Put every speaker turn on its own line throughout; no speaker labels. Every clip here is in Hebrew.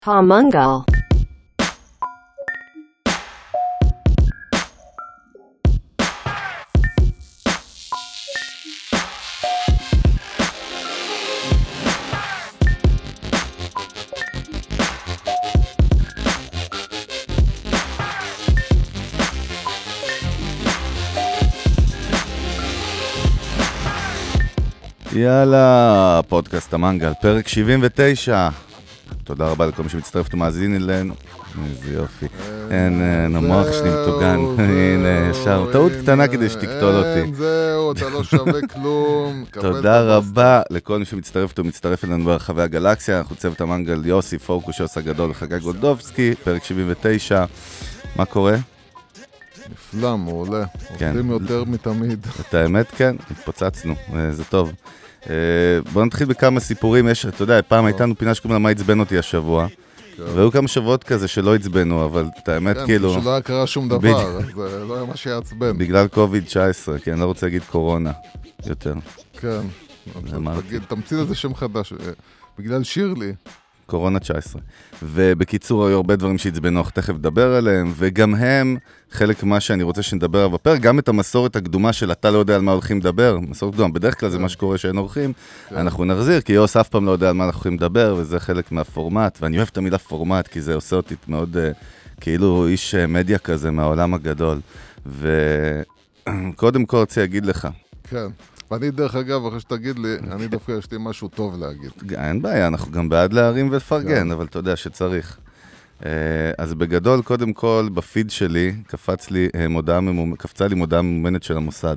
Hamungal.
יאללה, פודקאסט המנגל, פרק 79. תודה רבה לכל מי שמצטרף ומאזין אלינו. איזה יופי. אין, המוח שלי מטוגן. הנה, ישר. טעות קטנה כדי שתקטול אותי.
זהו, אתה לא שווה כלום.
תודה רבה לכל מי שמצטרף ומצטרף אלינו ברחבי הגלקסיה. אנחנו צוות המנגל יוסי, פורקוש, יוס הגדול וחגי גולדובסקי, פרק 79. מה קורה?
נפלא, מעולה. עובדים יותר מתמיד.
את האמת, כן, התפוצצנו, זה טוב. בואו נתחיל בכמה סיפורים. יש, אתה יודע, פעם הייתה לנו פינה שקוראים לה מה עצבן אותי השבוע, והיו כמה שבועות כזה שלא עצבנו, אבל את האמת כאילו...
כן, שלא היה קרה שום דבר, זה לא היה מה שיעצבן.
בגלל קוביד-19, כן, לא רוצה להגיד קורונה יותר.
כן, תמציא לזה שם חדש, בגלל שירלי.
קורונה 19. ובקיצור, היו הרבה דברים שהצבנו, אנחנו תכף נדבר עליהם, וגם הם, חלק מה שאני רוצה שנדבר עליו בפרק, גם את המסורת הקדומה של אתה לא יודע על מה הולכים לדבר, מסורת קדומה, בדרך כלל זה מה שקורה שאין אורחים, אנחנו נחזיר, כי יוס אף פעם לא יודע על מה אנחנו הולכים לדבר, וזה חלק מהפורמט, ואני אוהב את המילה פורמט, כי זה עושה אותי מאוד, כאילו איש מדיה כזה מהעולם הגדול, וקודם כל רוצה להגיד לך.
כן. ואני דרך אגב, אחרי שתגיד לי, אני דווקא יש לי משהו טוב להגיד.
אין בעיה, אנחנו גם בעד להרים ולפרגן, אבל אתה יודע שצריך. אז בגדול, קודם כל, בפיד שלי, קפצה לי מודעה ממומנת של המוסד.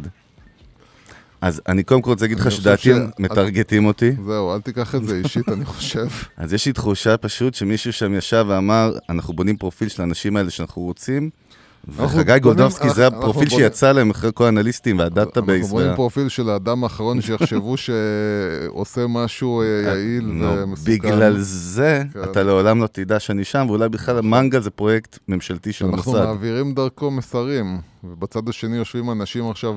אז אני קודם כל רוצה להגיד לך שדעתי מטרגטים אותי.
זהו, אל תיקח את זה אישית, אני חושב.
אז יש לי תחושה פשוט שמישהו שם ישב ואמר, אנחנו בונים פרופיל של האנשים האלה שאנחנו רוצים, וחגי גולדובסקי זה הפרופיל שיצא להם אחרי כל האנליסטים והדאטאבייס.
אנחנו רואים פרופיל של האדם האחרון שיחשבו שעושה משהו יעיל ומסוכן.
בגלל זה אתה לעולם לא תדע שאני שם, ואולי בכלל המנגל זה פרויקט ממשלתי של המוסד.
אנחנו מעבירים דרכו מסרים, ובצד השני יושבים אנשים עכשיו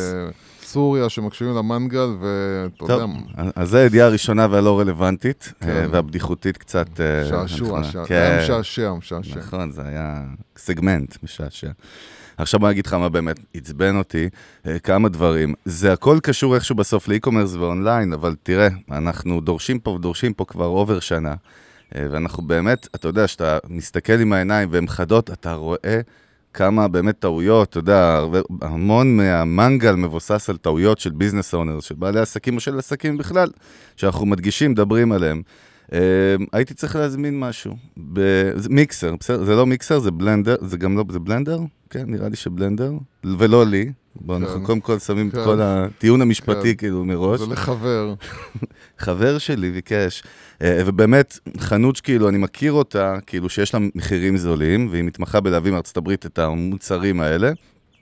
בסוריה שמקשיבים למנגל, ואתה יודע...
אז זו הידיעה הראשונה והלא רלוונטית, והבדיחותית קצת...
שעשוע, היה משעשע.
נכון, זה היה סגמנט משעשע. עכשיו אני אגיד לך מה באמת עצבן אותי, כמה דברים. זה הכל קשור איכשהו בסוף לאי-קומרס ואונליין, אבל תראה, אנחנו דורשים פה כבר אובר שנה, ואנחנו באמת, אתה יודע, שאתה מסתכל עם העיניים והן חדות, אתה רואה כמה באמת טעויות, אתה יודע, המון מהמנגל מבוסס על טעויות של ביזנס אונר, של בעלי עסקים או של עסקים בכלל, שאנחנו מדגישים, מדברים עליהם. הייתי צריך להזמין משהו, מיקסר, זה לא מיקסר, זה בלנדר, זה גם לא, זה בלנדר? כן, נראה לי שבלנדר, ולא לי. בואו, אנחנו קודם כל שמים את כל הטיעון המשפטי כאילו מראש.
זה לחבר.
חבר שלי ביקש, ובאמת חנות שכאילו אני מכיר אותה, כאילו שיש לה מחירים זולים, והיא מתמחה בלהביא מארצות הברית את המוצרים האלה,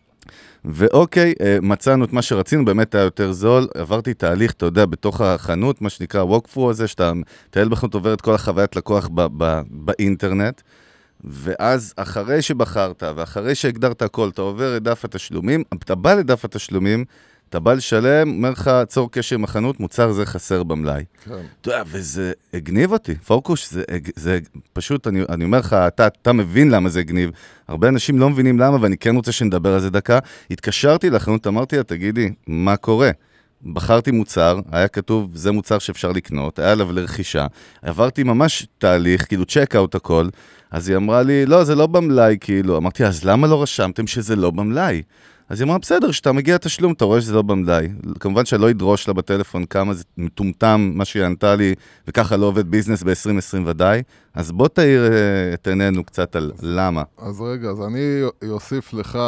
ואוקיי, מצאנו את מה שרצינו, באמת היה יותר זול, עברתי תהליך, אתה יודע, בתוך החנות, מה שנקרא walkthrough הזה, שאתה מטייל בחנות עובר את כל החוויית לקוח באינטרנט, ואז אחרי שבחרת, ואחרי שהגדרת הכל, אתה עובר את דף התשלומים, אתה בא לדף התשלומים, אתה בא לשלם, אומר לך, צור קשר עם החנות, מוצר זה חסר במלאי. כן. אתה יודע, וזה הגניב אותי, פורקוש, זה פשוט, אני אומר לך, אתה מבין למה זה הגניב, הרבה אנשים לא מבינים למה, ואני כן רוצה שנדבר על זה דקה. התקשרתי לחנות, אמרתי לה, תגידי, מה קורה? בחרתי מוצר, היה כתוב, זה מוצר שאפשר לקנות, היה עליו לרכישה, עברתי ממש תהליך, כאילו צ'ק-אוט הכל, אז היא אמרה לי, לא, זה לא במלאי, כאילו, אמרתי, אז למה לא רשמתם שזה לא במלאי? אז היא אמרה, בסדר, שאתה מגיע תשלום, אתה רואה שזה לא במלאי. כמובן שלא ידרוש לה בטלפון כמה זה מטומטם, מה שהיא ענתה לי, וככה לא עובד ביזנס ב-2020 ודאי. אז בוא תאיר את עינינו קצת על למה.
אז רגע, אז אני אוסיף לך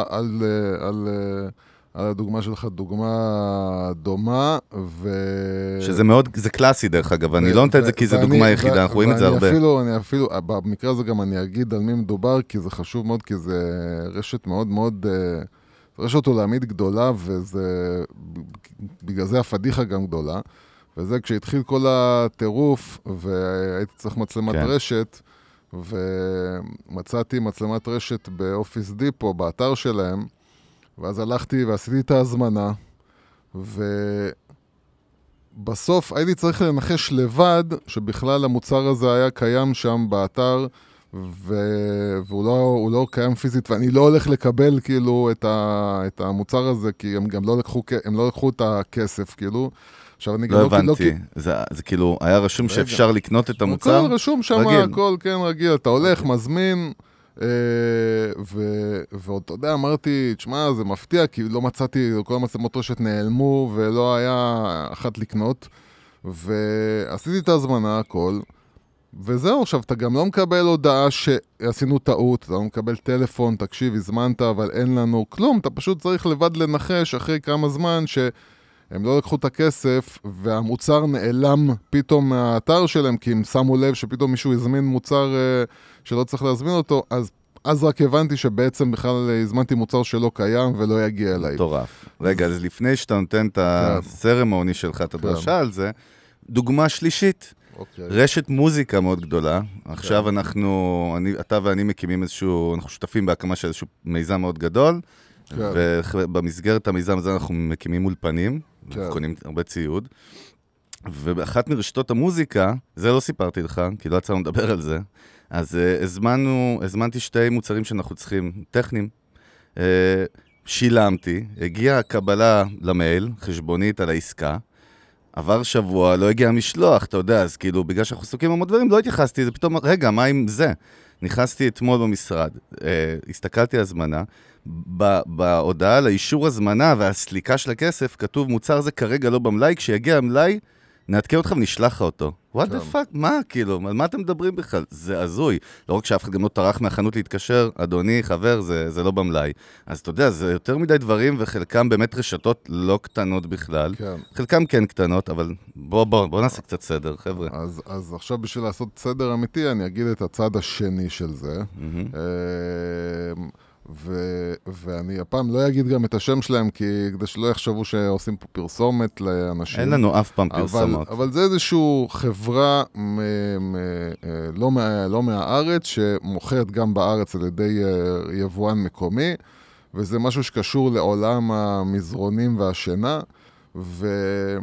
על הדוגמה שלך, דוגמה דומה,
שזה מאוד, זה קלאסי דרך אגב, אני לא נותן את זה כי זה דוגמה יחידה, אנחנו רואים את זה הרבה.
אני אפילו, במקרה הזה גם אני אגיד על מי מדובר, כי זה חשוב מאוד, כי זה רשת מאוד מאוד, רשת עולמית גדולה, וזה, בגלל זה הפדיחה גם גדולה, וזה כשהתחיל כל הטירוף, והייתי צריך מצלמת רשת, ומצאתי מצלמת רשת באופיס דיפו, באתר שלהם, ואז הלכתי ועשיתי את ההזמנה, בסוף הייתי צריך לנחש לבד שבכלל המוצר הזה היה קיים שם באתר, והוא לא קיים פיזית, ואני לא הולך לקבל כאילו את המוצר הזה, כי הם גם לא לקחו את הכסף, כאילו. עכשיו אני
לא הבנתי, זה כאילו, היה רשום שאפשר לקנות את המוצר?
הכל רשום שם, הכל כן רגיל, אתה הולך, מזמין, ועוד, אתה יודע, אמרתי, תשמע, זה מפתיע, כי לא מצאתי, כל המצלמות רשת נעלמו, ולא היה אחת לקנות, ועשיתי את ההזמנה, הכל, וזהו, עכשיו, אתה גם לא מקבל הודעה שעשינו טעות, אתה לא מקבל טלפון, תקשיב, הזמנת, אבל אין לנו כלום, אתה פשוט צריך לבד לנחש אחרי כמה זמן הם לא לקחו את הכסף, והמוצר נעלם פתאום מהאתר שלהם, כי הם שמו לב שפתאום מישהו הזמין מוצר שלא צריך להזמין אותו, אז רק הבנתי שבעצם בכלל הזמנתי מוצר שלא קיים ולא יגיע אליי.
מטורף. רגע, אז לפני שאתה נותן את הסרמוני שלך, את הדרשה על זה, דוגמה שלישית. רשת מוזיקה מאוד גדולה. עכשיו אתה ואני מקימים איזשהו, אנחנו שותפים בהקמה של איזשהו מיזם מאוד גדול, ובמסגרת המיזם הזה אנחנו מקימים אולפנים, קונים הרבה ציוד, ובאחת מרשתות המוזיקה, זה לא סיפרתי לך, כי לא יצאנו לדבר על זה, אז הזמנתי שתי מוצרים שאנחנו צריכים, טכניים, שילמתי, הגיעה הקבלה למייל, חשבונית על העסקה, עבר שבוע, לא הגיע משלוח, אתה יודע, אז כאילו, בגלל שאנחנו עסוקים במות דברים, לא התייחסתי, זה פתאום, רגע, מה עם זה? נכנסתי אתמול במשרד, הסתכלתי על הזמנה, בהודעה לאישור הזמנה והסליקה של הכסף, כתוב מוצר זה כרגע לא במלאי, כשיגיע המלאי, נעדכן אותך ונשלח אותו. What the fuck? מה, כאילו? על מה אתם מדברים בכלל? זה הזוי. לא רק שאף אחד גם לא טרח מהחנות להתקשר, אדוני, חבר, זה לא במלאי. אז אתה יודע, זה יותר מדי דברים, וחלקם באמת רשתות לא קטנות בכלל. חלקם כן קטנות, אבל בוא נעשה קצת סדר, חבר'ה.
אז עכשיו בשביל לעשות סדר אמיתי, אני אגיד את הצד השני של זה. ואני הפעם לא אגיד גם את השם שלהם, כי כדי שלא יחשבו שעושים פה פרסומת לאנשים.
אין לנו אף פעם פרסומות.
אבל זה איזושהי חברה לא מהארץ, שמוכרת גם בארץ על ידי יבואן מקומי, וזה משהו שקשור לעולם המזרונים והשינה, וזה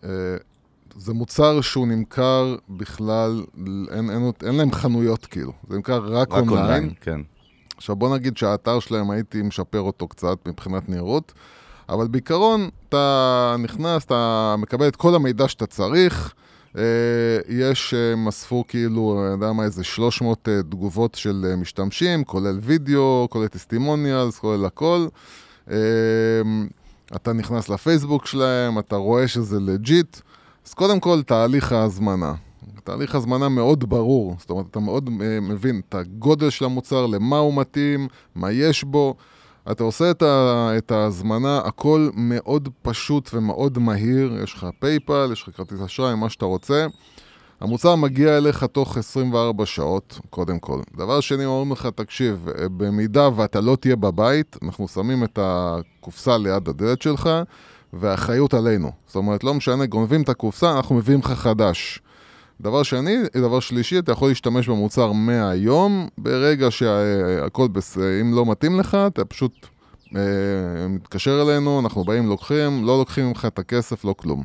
מוצר שהוא נמכר בכלל, אין להם חנויות כאילו, זה נמכר רק אונליין.
כן.
עכשיו בוא נגיד שהאתר שלהם הייתי משפר אותו קצת מבחינת נראות, אבל בעיקרון אתה נכנס, אתה מקבל את כל המידע שאתה צריך, יש מספור כאילו, אני יודע מה, איזה 300 תגובות של משתמשים, כולל וידאו, כולל טסטימוניאלס, כולל הכל. אתה נכנס לפייסבוק שלהם, אתה רואה שזה לג'יט, אז קודם כל תהליך ההזמנה. תהליך הזמנה מאוד ברור, זאת אומרת, אתה מאוד מבין את הגודל של המוצר, למה הוא מתאים, מה יש בו. אתה עושה את ההזמנה, הכל מאוד פשוט ומאוד מהיר, יש לך פייפל, יש לך כרטיס אשראי, מה שאתה רוצה. המוצר מגיע אליך תוך 24 שעות, קודם כל. דבר שני, אומרים לך, תקשיב, במידה ואתה לא תהיה בבית, אנחנו שמים את הקופסה ליד הדלת שלך, והאחריות עלינו. זאת אומרת, לא משנה, גונבים את הקופסה, אנחנו מביאים לך חדש. דבר שני, דבר שלישי, אתה יכול להשתמש במוצר מהיום, ברגע שהכל אם לא מתאים לך, אתה פשוט מתקשר אלינו, אנחנו באים לוקחים, לא לוקחים ממך את הכסף, לא כלום.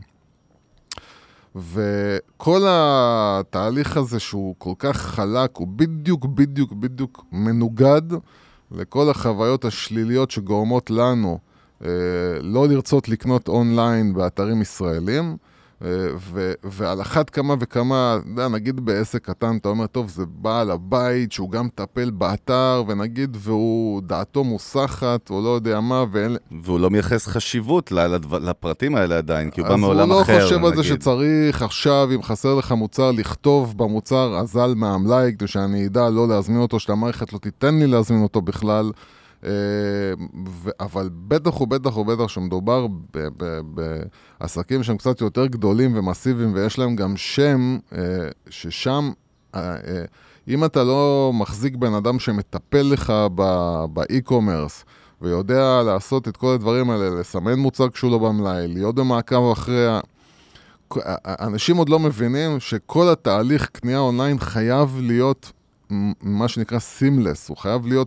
וכל התהליך הזה שהוא כל כך חלק, הוא בדיוק מנוגד לכל החוויות השליליות שגורמות לנו לא לרצות לקנות אונליין באתרים ישראלים, ועל אחת כמה וכמה, נגיד בעסק קטן, אתה אומר, טוב, זה בעל הבית שהוא גם טפל באתר, ונגיד, והוא דעתו מוסחת, או לא יודע מה,
והוא לא מייחס חשיבות לפרטים האלה עדיין, כי הוא בא מעולם אחר.
אז הוא לא חושב על זה שצריך עכשיו, אם חסר לך מוצר, לכתוב במוצר אזל מהמלאי, כדי שאני אדע לא להזמין אותו, שהמערכת לא תיתן לי להזמין אותו בכלל, אבל בטח שמדובר בעסקים שהם קצת יותר גדולים ומסיביים, ויש להם גם שם, ששם, אם אתה לא מחזיק בן אדם שמטפל לך באי-קומרס, ויודע לעשות את כל הדברים האלה, לסמן מוצר כשהוא לא במלאי, להיות במעקב אחרי אנשים עוד לא מבינים שכל התהליך קנייה אונליין חייב להיות מה שנקרא סימלס, הוא חייב להיות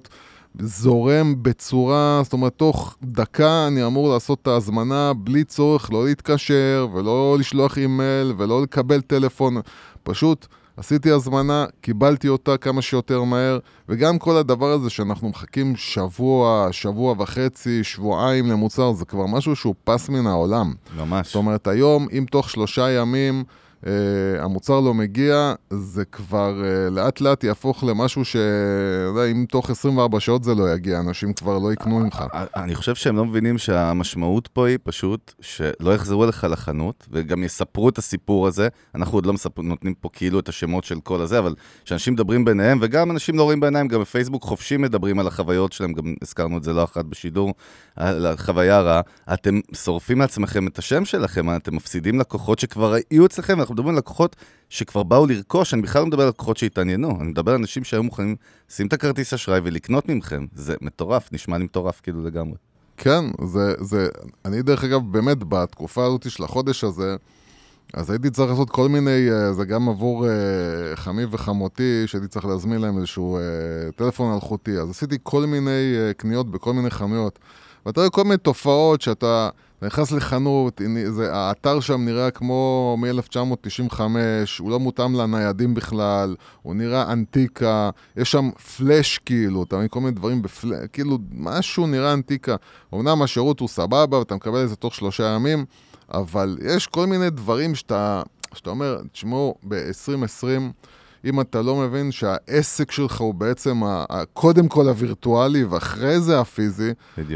זורם בצורה, זאת אומרת, תוך דקה אני אמור לעשות את ההזמנה בלי צורך, לא להתקשר ולא לשלוח אימייל ולא לקבל טלפון, פשוט עשיתי הזמנה, קיבלתי אותה כמה שיותר מהר, וגם כל הדבר הזה שאנחנו מחכים שבוע, שבוע וחצי, שבועיים למוצר, זה כבר משהו שהוא פס מן העולם.
ממש.
זאת אומרת, היום, אם תוך 3 ימים המוצר לא מגיע, זה כבר לאט לאט יהפוך למשהו אם תוך 24 שעות זה לא יגיע, אנשים כבר לא יקנו ממך.
אני חושב שהם לא מבינים שהמשמעות פה היא פשוט שלא יחזרו אליך לחנות, וגם יספרו את הסיפור הזה. אנחנו עוד לא נותנים פה כאילו את השמות של כל הזה, אבל שאנשים מדברים ביניהם, וגם אנשים לא רואים בעיניים, גם בפייסבוק חופשים מדברים על החוויות שלהם, גם הזכרנו את זה לא אחת בשידור, על החוויה הרעה. אתם שורפים לעצמכם את השם שלכם, אתם מפסידים לקוחות שכבר היו אצלכם, אנחנו מדברים על לקוחות שכבר באו לרכוש, אני בכלל לא מדבר על לקוחות שהתעניינו, אני מדבר על אנשים שהיו מוכנים לשים את הכרטיס אשראי ולקנות ממכם. זה מטורף, נשמע לי מטורף כאילו לגמרי.
כן, אני דרך אגב באמת בתקופה הזאת של החודש הזה, אז הייתי צריך לעשות כל מיני, זה גם עבור חמי וחמותי, שהייתי צריך להזמין להם איזשהו טלפון אלחוטי, אז עשיתי כל מיני קניות בכל מיני חנויות, ואתה רואה כל מיני תופעות שאתה נכנס לחנות, האתר שם נראה כמו מ-1995, הוא לא מותאם לניידים בכלל, הוא נראה אנטיקה, יש שם פלש כאילו, אתה מבין כל מיני דברים בפלש, כאילו משהו נראה אנטיקה, אמנם השירות הוא סבבה ואתה מקבל את זה תוך 3 ימים, אבל יש כל מיני דברים שאתה אומר, תשמעו, ב-2020, אם אתה לא מבין שהעסק שלך הוא בעצם קודם כל הווירטואלי ואחרי זה הפיזי,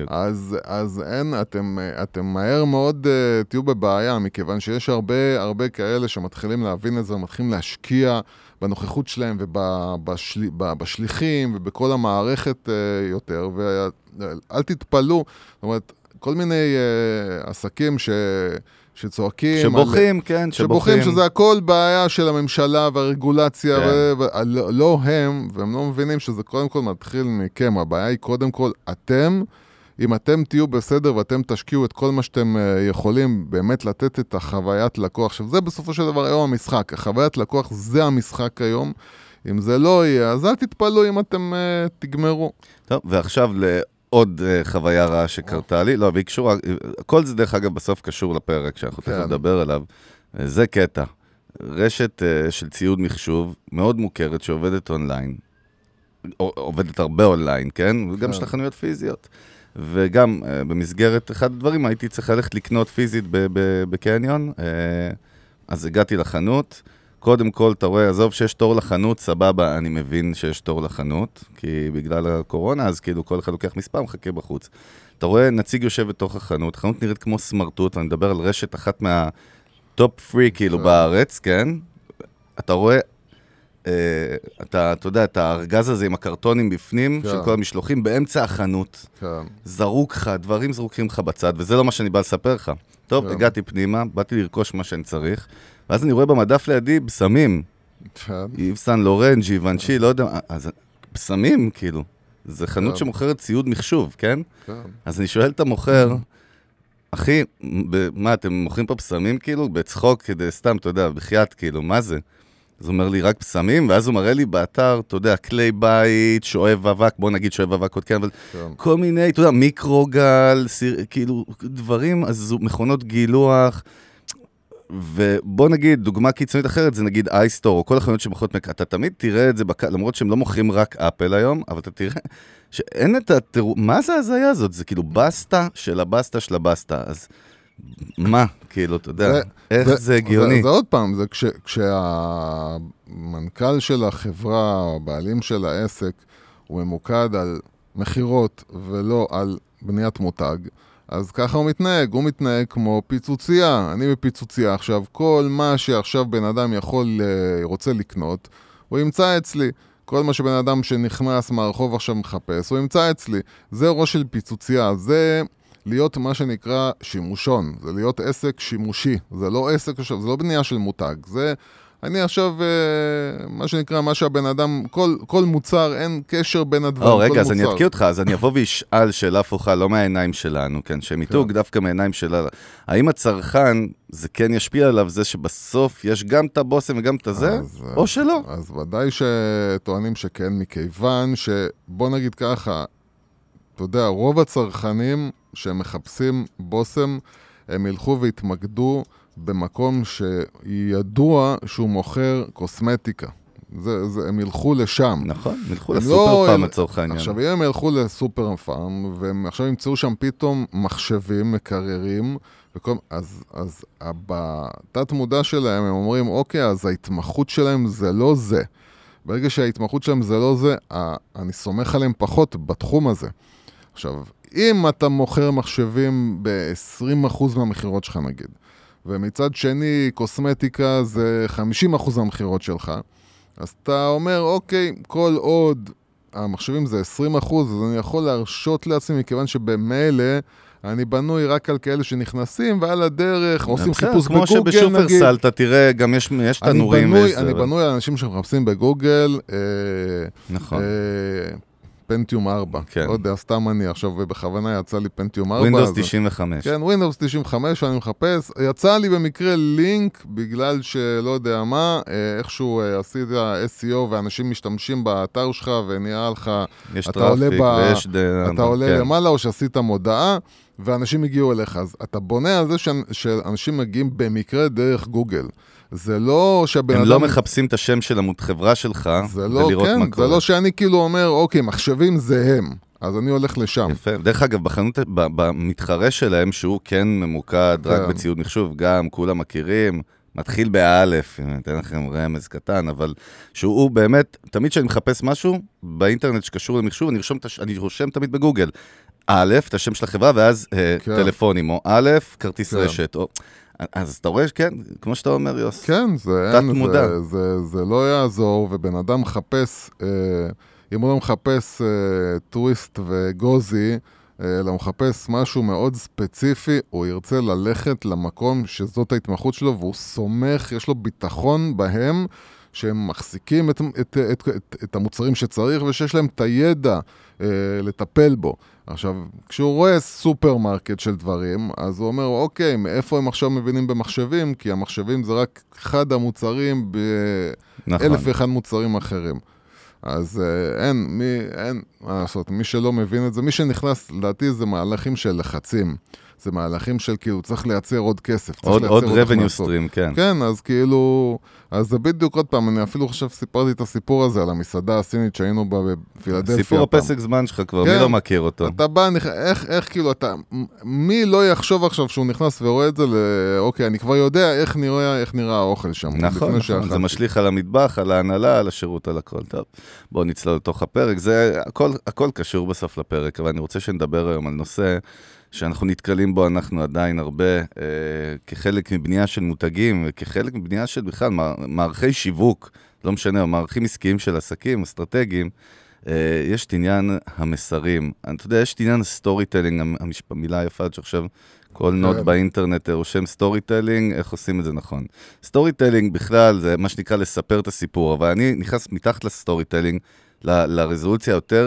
אז אתם מהר מאוד תהיו בבעיה, מכיוון שיש הרבה כאלה שמתחילים להבין את זה, מתחילים להשקיע בנוכחות שלהם ובשליחים ובכל המערכת יותר, ואל תתפלו, זאת אומרת, כל מיני עסקים שצועקים,
שבוכים, כן,
שבוכים שזה הכל בעיה של הממשלה והרגולציה, לא הם, והם לא מבינים שזה קודם כל מתחיל מכם, הבעיה היא קודם כל אתם, אם אתם תהיו בסדר ואתם תשקיעו את כל מה שאתם יכולים באמת לתת את החוויית לקוח, עכשיו זה בסופו של דבר היום המשחק, החוויית לקוח זה המשחק היום, אם זה לא יהיה, אז אל תתפלו אם אתם תגמרו.
טוב, ועכשיו עוד חוויה רעה שקרתה לי, לא, והיא קשורה, כל זה דרך אגב בסוף קשור לפרק שאנחנו תכף נדבר עליו, זה קטע, רשת של ציוד מחשוב מאוד מוכרת שעובדת אונליין, עובדת הרבה אונליין, כן? וגם של חנויות פיזיות, וגם במסגרת אחד הדברים הייתי צריך ללכת לקנות פיזית בקניון, אז הגעתי לחנות, קודם כל, אתה רואה, עזוב שיש תור לחנות, סבבה, אני מבין שיש תור לחנות, כי בגלל הקורונה, אז כאילו כל אחד לוקח מספר, מחכה בחוץ. אתה רואה, נציג יושב בתוך החנות, החנות נראית כמו סמרטוט, ואני מדבר על רשת אחת מהטופ פרי, כאילו, בארץ, כן? אתה רואה, אתה יודע, את הארגז הזה עם הקרטונים בפנים, של כל המשלוחים, באמצע החנות, זרוק לך, דברים זרוקים לך בצד, וזה לא מה שאני בא לספר לך. טוב, הגעתי פנימה, באתי לרכוש מה שאני צריך, ואז אני רואה במדף לידי בסמים. איב סן לורן, ג'יוונשי, לא יודע, אז בסמים, כאילו. זה חנות שמוכרת ציוד מחשוב, כן? אז אני שואל את המוכר, אחי, מה, אתם מוכרים פה בסמים, כאילו? בצחוק, כדי סתם, אתה יודע, בחייאת, כאילו, מה זה? אז הוא אומר לי, רק בסמים, ואז הוא מראה לי באתר, אתה יודע, כלי בית, שואב אבק, בוא נגיד שואב אבק עוד כן, אבל כל מיני, אתה יודע, מיקרוגל, כאילו, דברים, אז מכונות גילוח, ובוא נגיד, דוגמה קיצונית אחרת, זה נגיד אייסטור, או כל החנויות שמוכרות, אתה תמיד תראה את זה, למרות שהם לא מוכרים רק אפל היום, אבל אתה תראה שאין את מה זה הזיה הזאת? זה כאילו בסטה של הבסטה של הבסטה, אז מה? כאילו, אתה יודע, איך זה הגיוני?
זה עוד פעם, זה כשהמנכ"ל של החברה, הבעלים של העסק, הוא ממוקד על מחירות ולא על בניית מותג, אז ככה הוא מתנהג כמו פיצוצייה. אני בפיצוצייה עכשיו, כל מה שעכשיו בן אדם רוצה לקנות, הוא ימצא אצלי. כל מה שבן אדם שנכנס מהרחוב עכשיו מחפש, הוא ימצא אצלי. זה ראש של פיצוצייה, זה להיות מה שנקרא שימושון, זה להיות עסק שימושי, זה לא עסק עכשיו, זה לא בנייה של מותג, זה אני עכשיו, מה שנקרא, מה שהבן אדם, כל מוצר, אין קשר בין הדברים,
רגע, אז אני אתקיע אותך, אז אני אבוא וישאל שאלה הפוכה, לא מהעיניים שלנו, כן, שמיתוג דווקא מהעיניים שלה, האם הצרכן, זה כן ישפיע עליו, זה שבסוף יש גם את הבוסם וגם את הזה, או שלא?
אז ודאי שטוענים שכן, מכיוון שבוא נגיד ככה, אתה יודע, רוב הצרכנים שהם מחפשים בושם, הם ילכו והתמקדו במקום שידוע שהוא מוכר קוסמטיקה. הם ילכו לשם.
נכון, ילכו לסופר פארם לצורך העניין.
עכשיו, אם הם ילכו לסופר פארם, והם עכשיו ימצאו שם פתאום מחשבים, מקררים, אז בתת מודע שלהם הם אומרים, אוקיי, אז ההתמחות שלהם זה לא זה. ברגע שההתמחות שלהם זה לא זה, אני סומך עליהם פחות בתחום הזה. עכשיו, אם אתה מוכר מחשבים ב-20% מהמחירות שלך נגיד, ומצד שני קוסמטיקה זה 50% מהמחירות שלך, אז אתה אומר, אוקיי, כל עוד המחשבים זה 20%, אז אני יכול להרשות לעצמי, מכיוון שבמילא אני בנוי רק על כאלה שנכנסים, ועל הדרך עושים חיפוש בגוגל,
כמו שבשופרסל, אתה תראה, גם יש תנורים.
אני בנוי על אנשים שמחפשים בגוגל,
נכון.
פנטיום 4.
כן.
לא יודע, סתם אני עכשיו, ובכוונה יצא לי פנטיום 4.
ווינדוס 95.
כן, ווינדוס 95, אני מחפש. יצא לי במקרה לינק, בגלל שלא יודע מה, איכשהו עשית SEO, ואנשים משתמשים באתר שלך, ונראה לך,
יש טראפיק, ויש
אתה עולה למעלה, או שעשית מודעה, ואנשים הגיעו אליך. אז אתה בונה על זה שאנשים מגיעים במקרה דרך גוגל. זה לא שהבן אדם...
הם לא מחפשים את השם של החברה שלך, ולראות מה קורה.
זה לא שאני כאילו אומר, אוקיי, מחשבים זה הם, אז אני הולך לשם.
יפה. דרך אגב, במתחרה שלהם, שהוא כן ממוקד רק בציוד מחשוב, גם כולם מכירים, מתחיל באלף, אם אתן לכם רמז קטן, אבל שהוא באמת, תמיד שאני מחפש משהו באינטרנט שקשור למחשוב, אני רושם תמיד בגוגל. א', את השם של החברה, ואז טלפונים, או א', כרטיס רשת, או... אז אתה רואה, כן, כמו שאתה אומר, יוס.
כן, זה לא יעזור, ובן אדם מחפש, אם הוא לא מחפש טוויסט וגוזי, אלא הוא מחפש משהו מאוד ספציפי, הוא ירצה ללכת למקום שזאת ההתמחות שלו, והוא סומך, יש לו ביטחון בהם, שהם מחזיקים את המוצרים שצריך, ושיש להם את הידע לטפל בו. עכשיו, כשהוא רואה סופרמרקט של דברים, אז הוא אומר, אוקיי, מאיפה הם עכשיו מבינים במחשבים? כי המחשבים זה רק אחד המוצרים באלף ואחד מוצרים אחרים. אז אין מה לעשות, מי שלא מבין את זה, מי שנכנס, לדעתי זה מהלכים של לחצים. זה מהלכים של כאילו, צריך לייצר עוד כסף.
עוד revenue stream, כן.
כן, אז כאילו, אז זה בדיוק עוד פעם, אני אפילו חושב סיפרתי את הסיפור הזה על המסעדה הסינית שהיינו בה בפילדלפיה.
סיפור הפסק זמן שלך כבר, מי לא מכיר אותו?
אתה בא, איך כאילו, מי לא יחשוב עכשיו שהוא נכנס ורואה את זה, אוקיי, אני כבר יודע איך נראה האוכל שם.
נכון, זה משליך על המטבח, על ההנהלה, על השירות, על הכל. טוב, בואו נצלול לתוך הפרק. זה, הכל קשור בסוף לפרק, אבל אני רוצה שנדבר היום על נושא שאנחנו נתקלים בו, אנחנו עדיין הרבה, כחלק מבנייה של מותגים, וכחלק מבנייה של בכלל מערכי שיווק, לא משנה, או מערכים עסקיים של עסקים, אסטרטגיים, יש את עניין המסרים. אתה יודע, יש את עניין הסטורי טלינג, המילה היפה שעכשיו כל נוט באינטרנט רושם סטורי טלינג, איך עושים את זה נכון. סטורי טלינג בכלל זה מה שנקרא לספר את הסיפור, אבל אני נכנס מתחת לסטורי טלינג, לרזולוציה יותר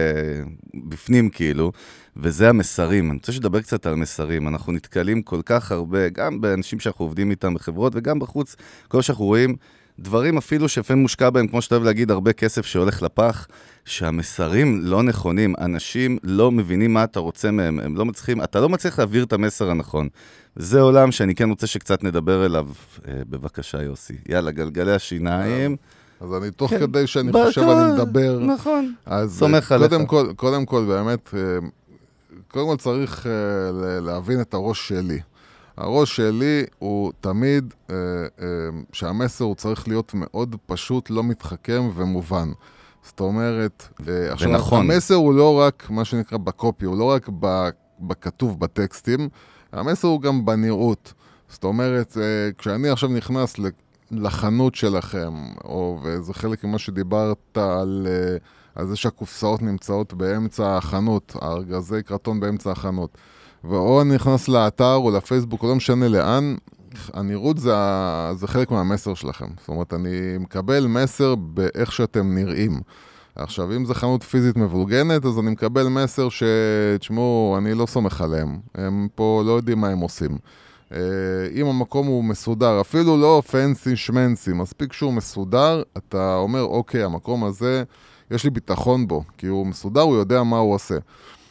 בפנים כאילו, וזה המסרים. אני רוצה שדבר קצת על המסרים. אנחנו נתקלים כל כך הרבה, גם באנשים שאנחנו עובדים איתם בחברות, וגם בחוץ, כל שאנחנו רואים דברים אפילו שפעמים מושקע בהם, כמו שאתה אוהב להגיד, הרבה כסף שהולך לפח, שהמסרים לא נכונים, אנשים לא מבינים מה אתה רוצה מהם, הם לא מצליחים, אתה לא מצליח להעביר את המסר הנכון. זה עולם שאני כן רוצה שקצת נדבר אליו. בבקשה יוסי, יאללה, גלגלי השיניים.
אז אני תוך כדי שאני חושב אני מדבר.
נכון,
סומך עליך. קודם כל באמת, קודם כל צריך להבין את הראש שלי. הראש שלי הוא תמיד שהמסר הוא צריך להיות מאוד פשוט, לא מתחכם ומובן. זאת אומרת,
ונכון.
המסר הוא לא רק מה שנקרא בקופי, הוא לא רק בכתוב בטקסטים, המסר הוא גם בנראות. זאת אומרת, כשאני עכשיו נכנס לחנות שלכם, וזה חלק ממה שדיברת על זה שהקופסאות נמצאות באמצע החנות, ארגזי קרטון באמצע החנות, ואו אני נכנס לאתר או לפייסבוק, או לא משנה לאן, הנראות זה חלק מהמסר שלכם. זאת אומרת, אני מקבל מסר באיך שאתם נראים. עכשיו, אם זה חנות פיזית מבולגנת, אז אני מקבל מסר שתשמעו, אני לא סומך עליהם. הם פה לא יודעים מה הם עושים. אם המקום הוא מסודר, אפילו לא פנסי שמנסי, מספיק שהוא מסודר, אתה אומר, אוקיי, המקום הזה, יש לי ביטחון בו, כי הוא מסודר, הוא יודע מה הוא עושה.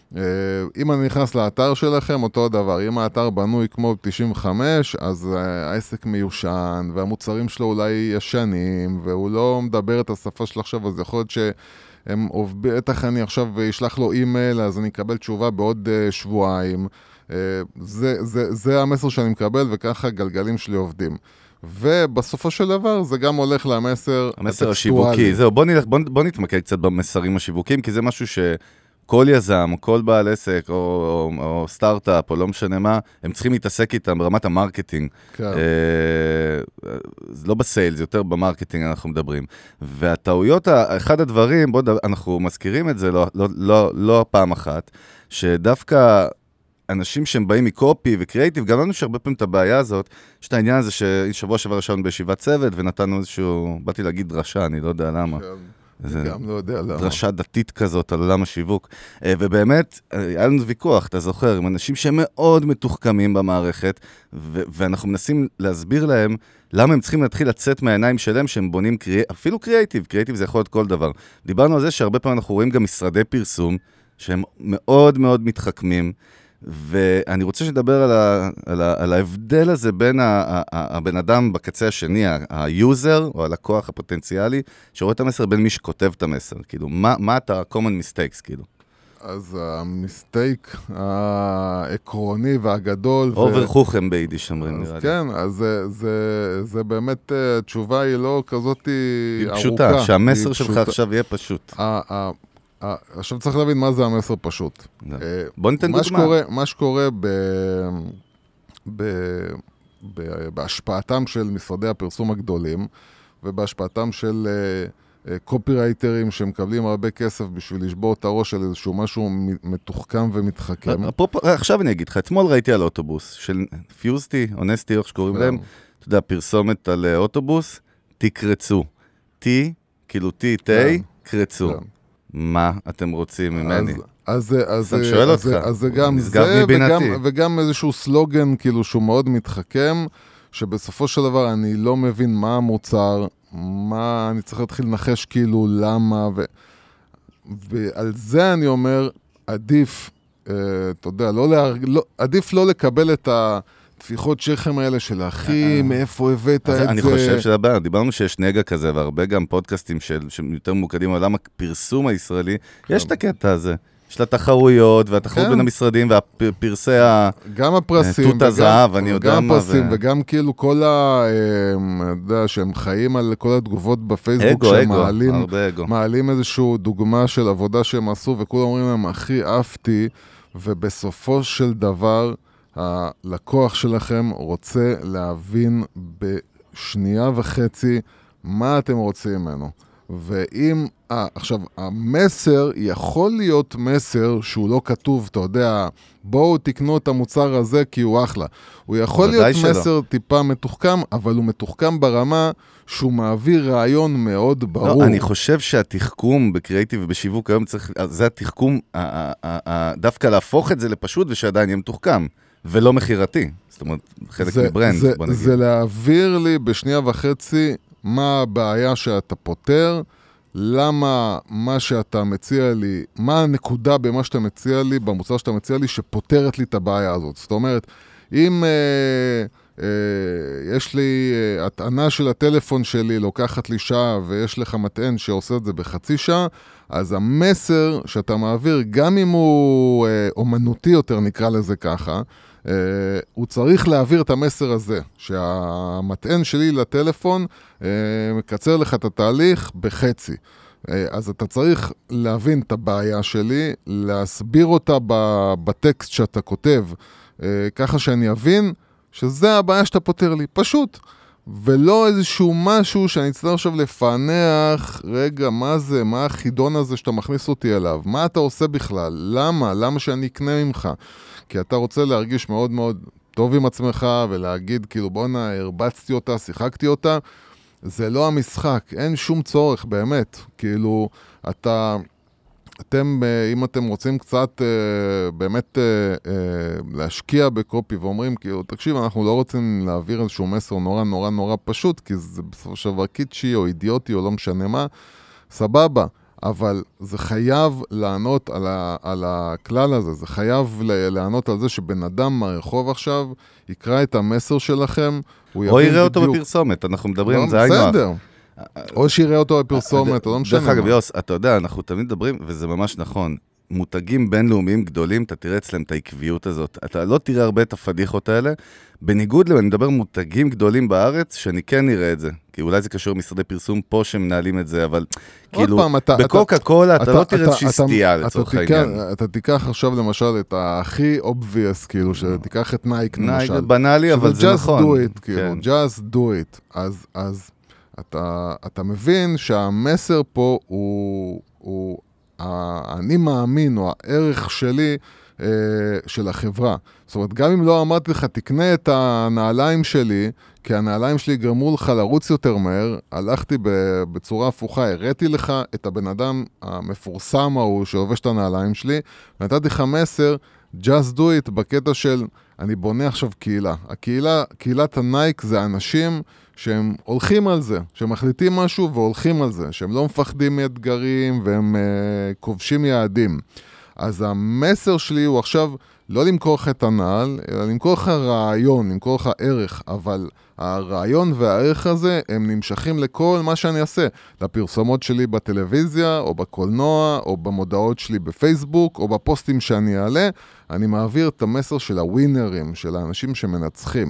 אם אני נכנס לאתר שלכם, אותו דבר. אם האתר בנוי כמו 95, אז העסק מיושן, והמוצרים שלו אולי ישנים, והוא לא מדבר את השפה שלו עכשיו, אז יכול להיות שהם בטח אני עכשיו אשלח לו אימייל, אז אני אקבל תשובה בעוד שבועיים. זה המסר שאני מקבל, וככה הגלגלים שלי עובדים. ובסופו של דבר זה גם הולך למסר
השיווקי. זהו, בוא נתמקד קצת במסרים השיווקיים, כי זה משהו שכל יזם, כל בעל עסק, או סטארט-אפ, או לא משנה מה, הם צריכים להתעסק איתם ברמת המרקטינג.
כן.
זה לא בסיילס, זה יותר במרקטינג אנחנו מדברים. והטעויות, אחד הדברים, אנחנו מזכירים את זה לא פעם אחת, שדווקא אנשים שהם באים מקופי וקריאיטיב, גם לנו שהרבה פעמים את הבעיה הזאת, יש את העניין הזה ששבוע שעבר ישבנו בישיבת צוות, ונתנו איזשהו, באתי להגיד דרשה, אני לא יודע למה.
גם לא יודע למה.
דרשה דתית כזאת על עולם השיווק. ובאמת, היה לנו ויכוח, אתה זוכר, עם אנשים שמאוד מתוחכמים במערכת, ואנחנו מנסים להסביר להם למה הם צריכים להתחיל לצאת מהעיניים שלהם, שהם בונים אפילו קריאיטיב, קריאיטיב זה יכול להיות כל דבר. דיברנו על זה שהרבה פעמים אנחנו רואים גם משרדי פרסום, שהם מאוד מאוד מתחכמים, ואני רוצה שדבר על ההבדל הזה בין הבן אדם בקצה השני, היוזר או הלקוח הפוטנציאלי, שרואה את המסר בין מי שכותב את המסר. כאילו, מה את ה-common mistakes, כאילו?
אז המסטייק העקרוני והגדול...
אובר חוכם ביידיש, אומרים.
כן, אז זה באמת, התשובה היא לא כזאת ארוכה.
היא פשוטה, שהמסר שלך עכשיו יהיה פשוט.
עכשיו צריך להבין מה זה המסר פשוט.
בוא ניתן דוגמה.
מה שקורה בהשפעתם של משרדי הפרסום הגדולים, ובהשפעתם של קופירייטרים שמקבלים הרבה כסף בשביל לשבור את הראש של איזשהו משהו מתוחכם ומתחכם.
עכשיו אני אגיד לך, אתמול ראיתי על אוטובוס של פיוזטי, אונסטי, איך שקוראים להם, אתה יודע, פרסומת על אוטובוס, תקרצו. כאילו קרצו. מה אתם רוצים ממני?
אז
שואל אותך,
זה גם זה, וגם איזשהו סלוגן כאילו שהוא מאוד מתחכם, שבסופו של דבר אני לא מבין מה המוצר, מה אני צריך להתחיל לנחש כאילו למה, ועל זה אני אומר, עדיף, אתה יודע, עדיף לא לקבל את התפיחות שכם האלה של אחי, מאיפה הבאת את זה.
אני חושב שבא, דיברנו שיש נגע כזה, והרבה גם פודקאסטים שיותר ממוקדים על עולם הפרסום הישראלי, יש את הקטע הזה. יש לה תחרויות, והתחרות בין המשרדים, והפרסי
גם הפרסים,
תות הזהב, אני יודע מה.
וגם כאילו כל שהם חיים על כל התגובות בפייסבוק, שמעלים איזשהו דוגמה של עבודה שהם עשו, וכולם אומרים להם, הכי אהבתי, ובסופו של דבר, הלקוח שלכם רוצה להבין בשנייה וחצי מה אתם רוצים ממנו. ואם, עכשיו, המסר יכול להיות מסר שהוא לא כתוב, אתה יודע, בואו תקנו את המוצר הזה כי הוא אחלה. הוא יכול להיות מסר טיפה מתוחכם, אבל הוא מתוחכם ברמה שהוא מעביר רעיון מאוד ברור.
לא, אני חושב שהתחכום בקריאיטיב ובשיווק היום צריך, זה התחכום, דווקא להפוך את זה לפשוט ושעדיין יהיה מתוחכם. ולא מחירתי, זאת אומרת, חלק מברנד, בוא נגיד.
זה להעביר לי בשנייה וחצי מה הבעיה שאתה פותר, למה מה שאתה מציע לי, מה הנקודה במה שאתה מציע לי, במוצר שאתה מציע לי, שפותרת לי את הבעיה הזאת. זאת אומרת, אם יש לי, הטענה של הטלפון שלי לוקחת לי שעה, ויש לך מטען שעושה את זה בחצי שעה, אז המסר שאתה מעביר, גם אם הוא אומנותי יותר, נקרא לזה ככה, הוא צריך להעביר את המסר הזה, שהמטען שלי לטלפון מקצר לך את התהליך בחצי. אז אתה צריך להבין את הבעיה שלי, להסביר אותה בטקסט שאתה כותב, ככה שאני אבין שזה הבעיה שאתה פותר לי, פשוט. ולא איזשהו משהו שאני אצטרך עכשיו לפענח, רגע, מה זה, מה החידון הזה שאתה מכניס אותי אליו? מה אתה עושה בכלל? למה? למה שאני אקנה ממך? כי אתה רוצה להרגיש מאוד מאוד טוב עם עצמך, ולהגיד, כאילו, בוא'נה, הרבצתי אותה, שיחקתי אותה. זה לא המשחק, אין שום צורך, באמת. כאילו, אתם, אם אתם רוצים קצת באמת להשקיע בקופי ואומרים, כאילו, תקשיב, אנחנו לא רוצים להעביר איזשהו מסר נורא נורא נורא פשוט, כי זה בסופו של דבר קיצ'י או אידיוטי או לא משנה מה, סבבה. אבל זה חייב לענות על הכלל הזה, זה חייב לענות על זה שבן אדם מהרחוב עכשיו יקרא את המסר שלכם,
או יראה אותו בפרסומת, אנחנו מדברים על זה היינו.
בסדר. או שיראה אותו בפרסומת, לא משנה.
דרך אגב, יוס, אתה יודע, אנחנו תמיד מדברים, וזה ממש נכון, מותגים בינלאומיים גדולים, אתה תראה אצלם את העקביות הזאת. אתה לא תראה הרבה את הפדיחות האלה, בניגוד אני מדבר מותגים גדולים בארץ, שאני כן נראה את זה. כי אולי זה קשור משרדי פרסום פה שמנהלים את זה, אבל כאילו, בקוקה קולה אתה לא תראה איזושהי סטייה לצורך העניין.
אתה תיקח עכשיו למשל את הכי obvious, כאילו, שתיקח את נייק למשל.
נייק בנאלי, אבל זה נכון.
just do it, כאילו, just do it. אז אתה מבין שהמסר פה הוא אני מאמין, או הערך שלי, של החברה. זאת אומרת, גם אם לא אמרתי לך, תקנה את הנעליים שלי, כי הנעליים שלי גרמו לך לרוץ יותר מהר, הלכתי בצורה הפוכה, הראיתי לך את הבן אדם המפורסם ההוא שעובש את הנעליים שלי, ונתתי לך מסר, just do it, בקטע של, אני בונה עכשיו קהילה. קהילת הנייק זה אנשים שהם הולכים על זה, שהם מחליטים משהו והולכים על זה, שהם לא מפחדים מאתגרים והם כובשים יעדים. אז המסר שלי הוא עכשיו לא למכור לך את הנעל, אלא למכור לך רעיון, למכור לך ערך, אבל הרעיון והערך הזה הם נמשכים לכל מה שאני אעשה, לפרסומות שלי בטלוויזיה, או בקולנוע, או במודעות שלי בפייסבוק, או בפוסטים שאני אעלה, אני מעביר את המסר של הווינרים, של האנשים שמנצחים.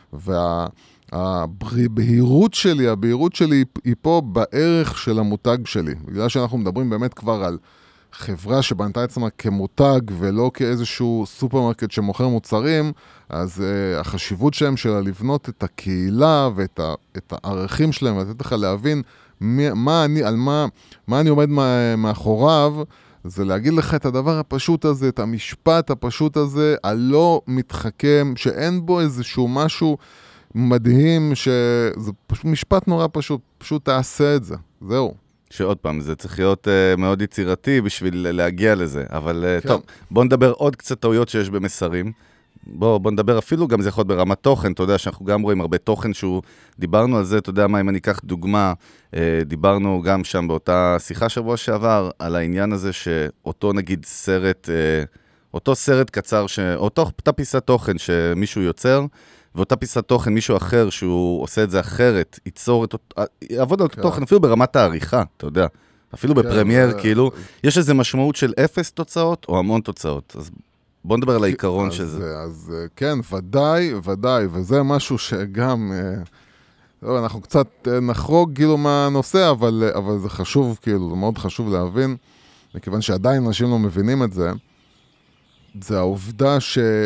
הבהירות שלי היא פה בערך של המותג שלי, בגלל שאנחנו מדברים באמת כבר על חברה שבנתה עצמה כמותג ולא כאיזשהו סופרמרקט שמוכר מוצרים, אז החשיבות שלהם שלה לבנות את הקהילה ואת הערכים שלהם, לתת לך להבין מה אני עומד מאחוריו, זה להגיד לך את הדבר הפשוט הזה, את המשפט הפשוט הזה, הלא מתחכם, שאין בו איזשהו משהו מדהים, שזה פשוט משפט נורא פשוט, פשוט תעשה את זה, זהו.
שעוד פעם, זה צריך להיות מאוד יצירתי בשביל להגיע לזה, אבל טוב, בוא נדבר עוד קצת טעויות שיש במסרים, בוא נדבר אפילו גם זה יכול להיות ברמת תוכן, אתה יודע שאנחנו גם רואים הרבה תוכן שהוא, דיברנו על זה, אתה יודע מה, אם אני אקח דוגמה, דיברנו גם שם באותה שיחה שבוע שעבר, על העניין הזה שאותו נגיד סרט, אותו סרט קצר, אותה פיסת תוכן שמישהו יוצר, ואותה פיסת תוכן, מישהו אחר שהוא עושה את זה אחרת, יעבוד על אותו תוכן, אפילו ברמת העריכה, אתה יודע, אפילו בפרמייר, כאילו, יש איזו משמעות של 0 תוצאות או המון תוצאות, אז בוא נדבר על העיקרון של זה.
אז כן, ודאי, וזה משהו שגם, אנחנו קצת נחרוג כאילו מהנושא, אבל זה חשוב, כאילו, זה מאוד חשוב להבין, מכיוון שעדיין אנשים לא מבינים את זה, זה העובדה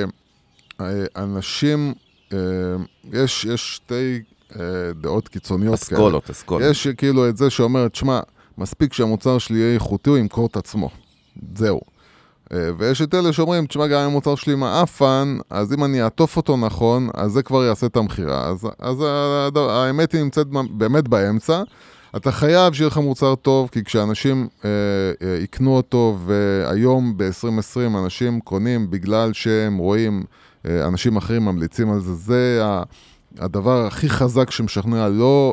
שאנשים, יש שתי דעות קיצוניות
אסכולות.
יש כאילו את זה שאומרת, שמה, מספיק שהמוצר שלי יהיה איכותי, הוא ימכור את עצמו. זהו. ויש את אלה שאומרים, תשמע, גם אם המוצר שלי מאפן, אז אם אני אעטוף אותו נכון, אז זה כבר יעשה את המחירה. אז האמת היא נמצאת באמת באמצע. אתה חייב שיהיה לך מוצר טוב, כי כשאנשים יקנו אותו, והיום ב-2020 אנשים קונים בגלל שהם רואים אנשים אחרים ממליצים על זה, זה הדבר הכי חזק שמשכנע,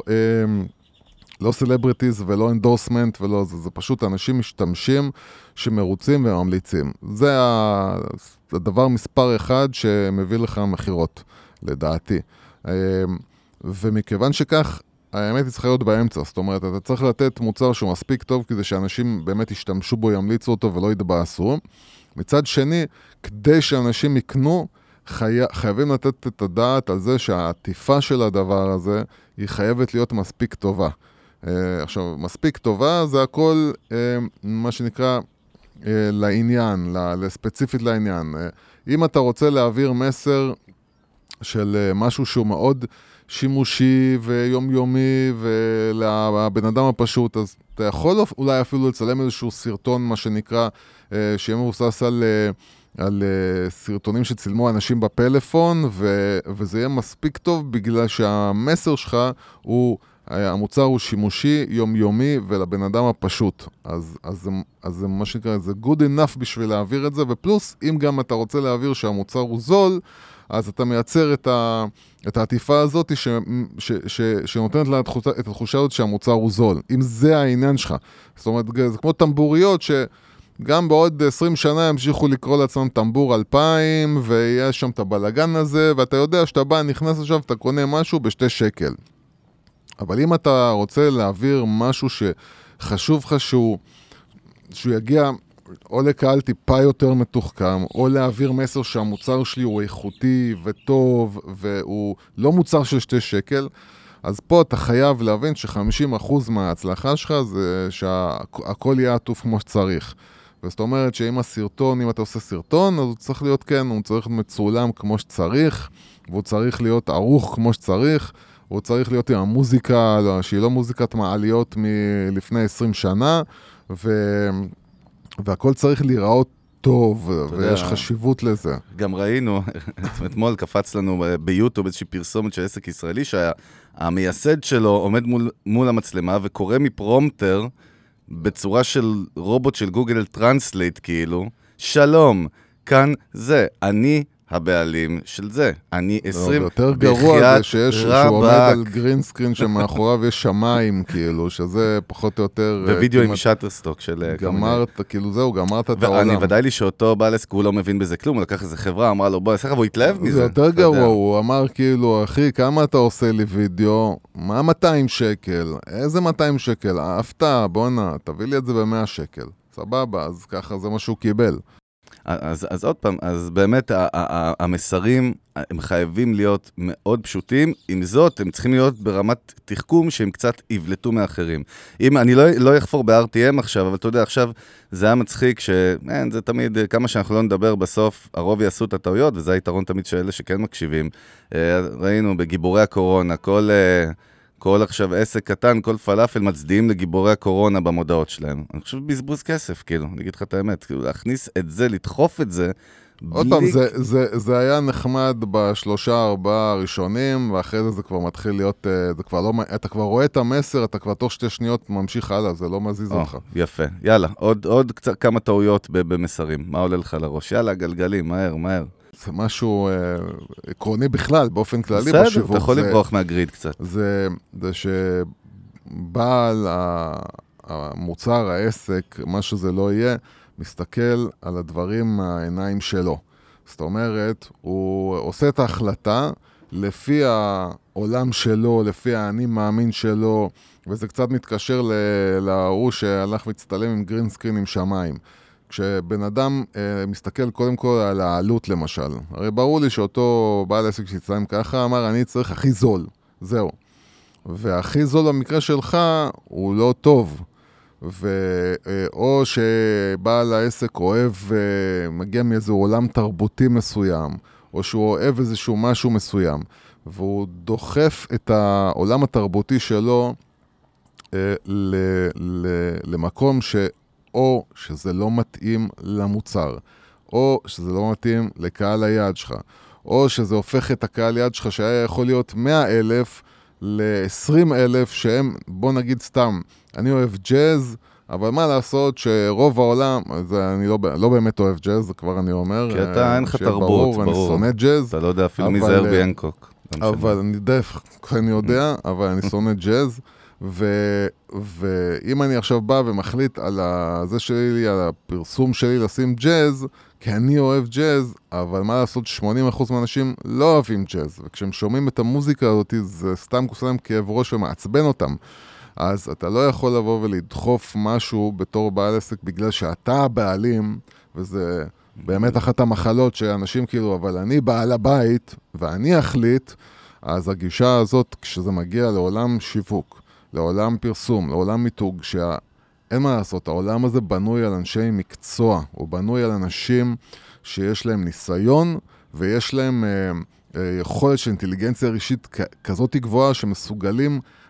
לא סלבריטיז ולא אנדורסמנט ולא זה פשוט אנשים משתמשים שמרוצים וממליצים. זה הדבר מספר אחד שמביא לך מחירות, לדעתי. ומכיוון שכך, האמת היא צריכה להיות באמצע, זאת אומרת, אתה צריך לתת מוצר שהוא מספיק טוב כדי שאנשים באמת ישתמשו בו, ימליצו אותו ולא יתבאסו. מצד שני, כדי שאנשים יקנו, חייבים לתת את הדעת על זה שהעטיפה של הדבר הזה היא חייבת להיות מספיק טובה. עכשיו, מספיק טובה זה הכל מה שנקרא לעניין, ספציפית לעניין. אם אתה רוצה להעביר מסר של משהו שהוא מאוד שימושי ויומיומי ולבן אדם הפשוט, אז אתה יכול אולי אפילו לצלם איזשהו סרטון, מה שנקרא, שיהיה מבוסס על סרטונים שצילמו אנשים בפלאפון, וזה יהיה מספיק טוב בגלל שהמסר שלך הוא המוצר הוא שימושי, יומיומי, ולבן אדם הפשוט. אז זה מה שנקרא, זה good enough בשביל להעביר את זה, ופלוס, אם גם אתה רוצה להעביר שהמוצר הוא זול, אז אתה מייצר את העטיפה הזאת שנותנת לה את התחושה הזאת שהמוצר הוא זול. אם זה העניין שלך. זאת אומרת, זה כמו טמבוריות שגם בעוד 20 שנה ימשיכו לקרוא לעצמם טמבור 2000, ויש שם את הבלגן הזה, ואתה יודע שאתה בא, נכנס עכשיו, אתה קונה משהו ב2 שקל. אבל אם אתה רוצה להעביר משהו שחשוב לך שהוא יגיע או לקהל טיפה יותר מתוחכם, או להעביר מסר שהמוצר שלי הוא איכותי וטוב, והוא לא מוצר של 2 שקל, אז פה אתה חייב להבין ש50% מההצלחה שלך זה שהכל יהיה עטוף כמו שצריך. וזאת אומרת שאם הסרטון, אם אתה עושה סרטון, אז הוא צריך להיות הוא צריך להיות מצולם כמו שצריך, והוא צריך להיות ערוך כמו שצריך, הוא צריך להיות עם המוזיקה, שהיא לא מוזיקת מעליות מלפני 20 שנה, והכל צריך להיראות טוב, ויש חשיבות לזה.
גם ראינו, אתמול קפץ לנו ביוטיוב איזושהי פרסומת של עסק ישראלי, שהמייסד שלו עומד מול המצלמה וקורא מפרומטר, בצורה של רובוט של גוגל טרנסלייט, כאילו, שלום, כאן זה, אני הבעלים של זה. אני 20
יותר גרוע זה שהוא עומד על גרין סקרין שמאחוריו יש שמיים, כאילו, שזה פחות או יותר...
ווידאו עם שטרסטוק של...
גמרת, כאילו זהו, גמרת את העולם.
ואני ודאי לי שאותו בעל עסק, הוא לא מבין בזה כלום, הוא לקח איזה חברה, אמרה לו, בוא, נעשה לך, והוא התלהב מזה.
זה יותר גרוע, הוא אמר כאילו, אחי, כמה אתה עושה לי וידאו? מה 200 שקל? איזה 200 שקל? הפתעה, בוא'נה, תביא לי את זה ב100 שקל. סבבה, אז ככה זה מה שהוא קיבל.
אז עוד פעם, אז באמת המסרים הם חייבים להיות מאוד פשוטים, עם זאת הם צריכים להיות ברמת תחכום שהם קצת יבלטו מאחרים. אם אני לא יחפור ב-RTM עכשיו, אבל אתה יודע, עכשיו זה היה מצחיק זה תמיד, כמה שאנחנו לא נדבר בסוף, הרוב יעשו את הטעויות, וזה היתרון תמיד של אלה שכן מקשיבים. ראינו בגיבורי הקורונה, כל עכשיו עסק קטן, כל פלאפל מצדיעים לגיבורי הקורונה במודעות שלהם. אני חושב בזבוז כסף, כאילו, אני אגיד לך את האמת, כאילו, להכניס את זה, לדחוף את זה,
עוד פעם, זה היה נחמד ב3-4 הראשונים, ואחרי זה כבר מתחיל להיות, אתה כבר רואה את המסר, אתה כבר תוך 2 שניות ממשיך הלאה, זה לא מזיז אותך.
יפה, יאללה, עוד קצת כמה טעויות במסרים, מה עולה לך לרוש? יאללה, גלגלים, מהר.
זה משהו עקרוני בכלל, באופן כללי
בשיווק.
בסדר,
אתה יכול לברוח מהגריד קצת.
זה שבעל המוצר, העסק, מה שזה לא יהיה, מסתכל על הדברים מהעיניים שלו. זאת אומרת, הוא עושה את ההחלטה לפי העולם שלו, לפי האני מאמין שלו, וזה קצת מתקשר להוא שהלך והצטלם עם גרין סקרין עם שמיים. כשבן אדם מסתכל קודם כל על העלות למשל, הרי ברור לי שאותו בעל עסק שהצטלם ככה אמר, אני צריך הכי זול, זהו. והכי זול במקרה שלך הוא לא טוב. או שבעל העסק אוהב, מגיע מאיזה עולם תרבותי מסוים, או שהוא אוהב איזשהו משהו מסוים, והוא דוחף את העולם התרבותי שלו למקום או שזה לא מתאים למוצר, או שזה לא מתאים לקהל היעד שלך, או שזה הופך את הקהל יעד שלך שהיה יכול להיות 100,000 ל-20,000 שהם, בוא נגיד סתם, אני אוהב ג'אז, אבל מה לעשות שרוב העולם, אני לא באמת אוהב ג'אז, זה כבר אני אומר.
כי אתה אין לך תרבות, ברור.
אני שונא ג'אז.
אתה לא יודע אפילו מי זה הרבי הנקוק.
אבל אני יודע, אבל אני שונא ג'אז, ואם אני עכשיו בא ומחליט על זה שלי, על הפרסום שלי לשים ג'אז, כי אני אוהב ג'אז, אבל מה לעשות, 80% מהאנשים לא אוהבים ג'אז, וכשהם שומעים את המוזיקה הזאת, זה סתם כוסה להם כאב ראש ומעצבן אותם. אז אתה לא יכול לבוא ולדחוף משהו בתור בעל עסק, בגלל שאתה הבעלים, וזה באמת אחת המחלות שאנשים כאילו, אבל אני בעל הבית, ואני אחליט, אז הגישה הזאת, כשזה מגיע לעולם שיווק, לעולם פרסום, לעולם מיתוג, אין מה לעשות, העולם הזה בנוי על אנשי מקצוע, הוא בנוי על אנשים שיש להם ניסיון, ויש להם יכולת של אינטליגנציה רישית כזאת גבוהה, שמסוגלים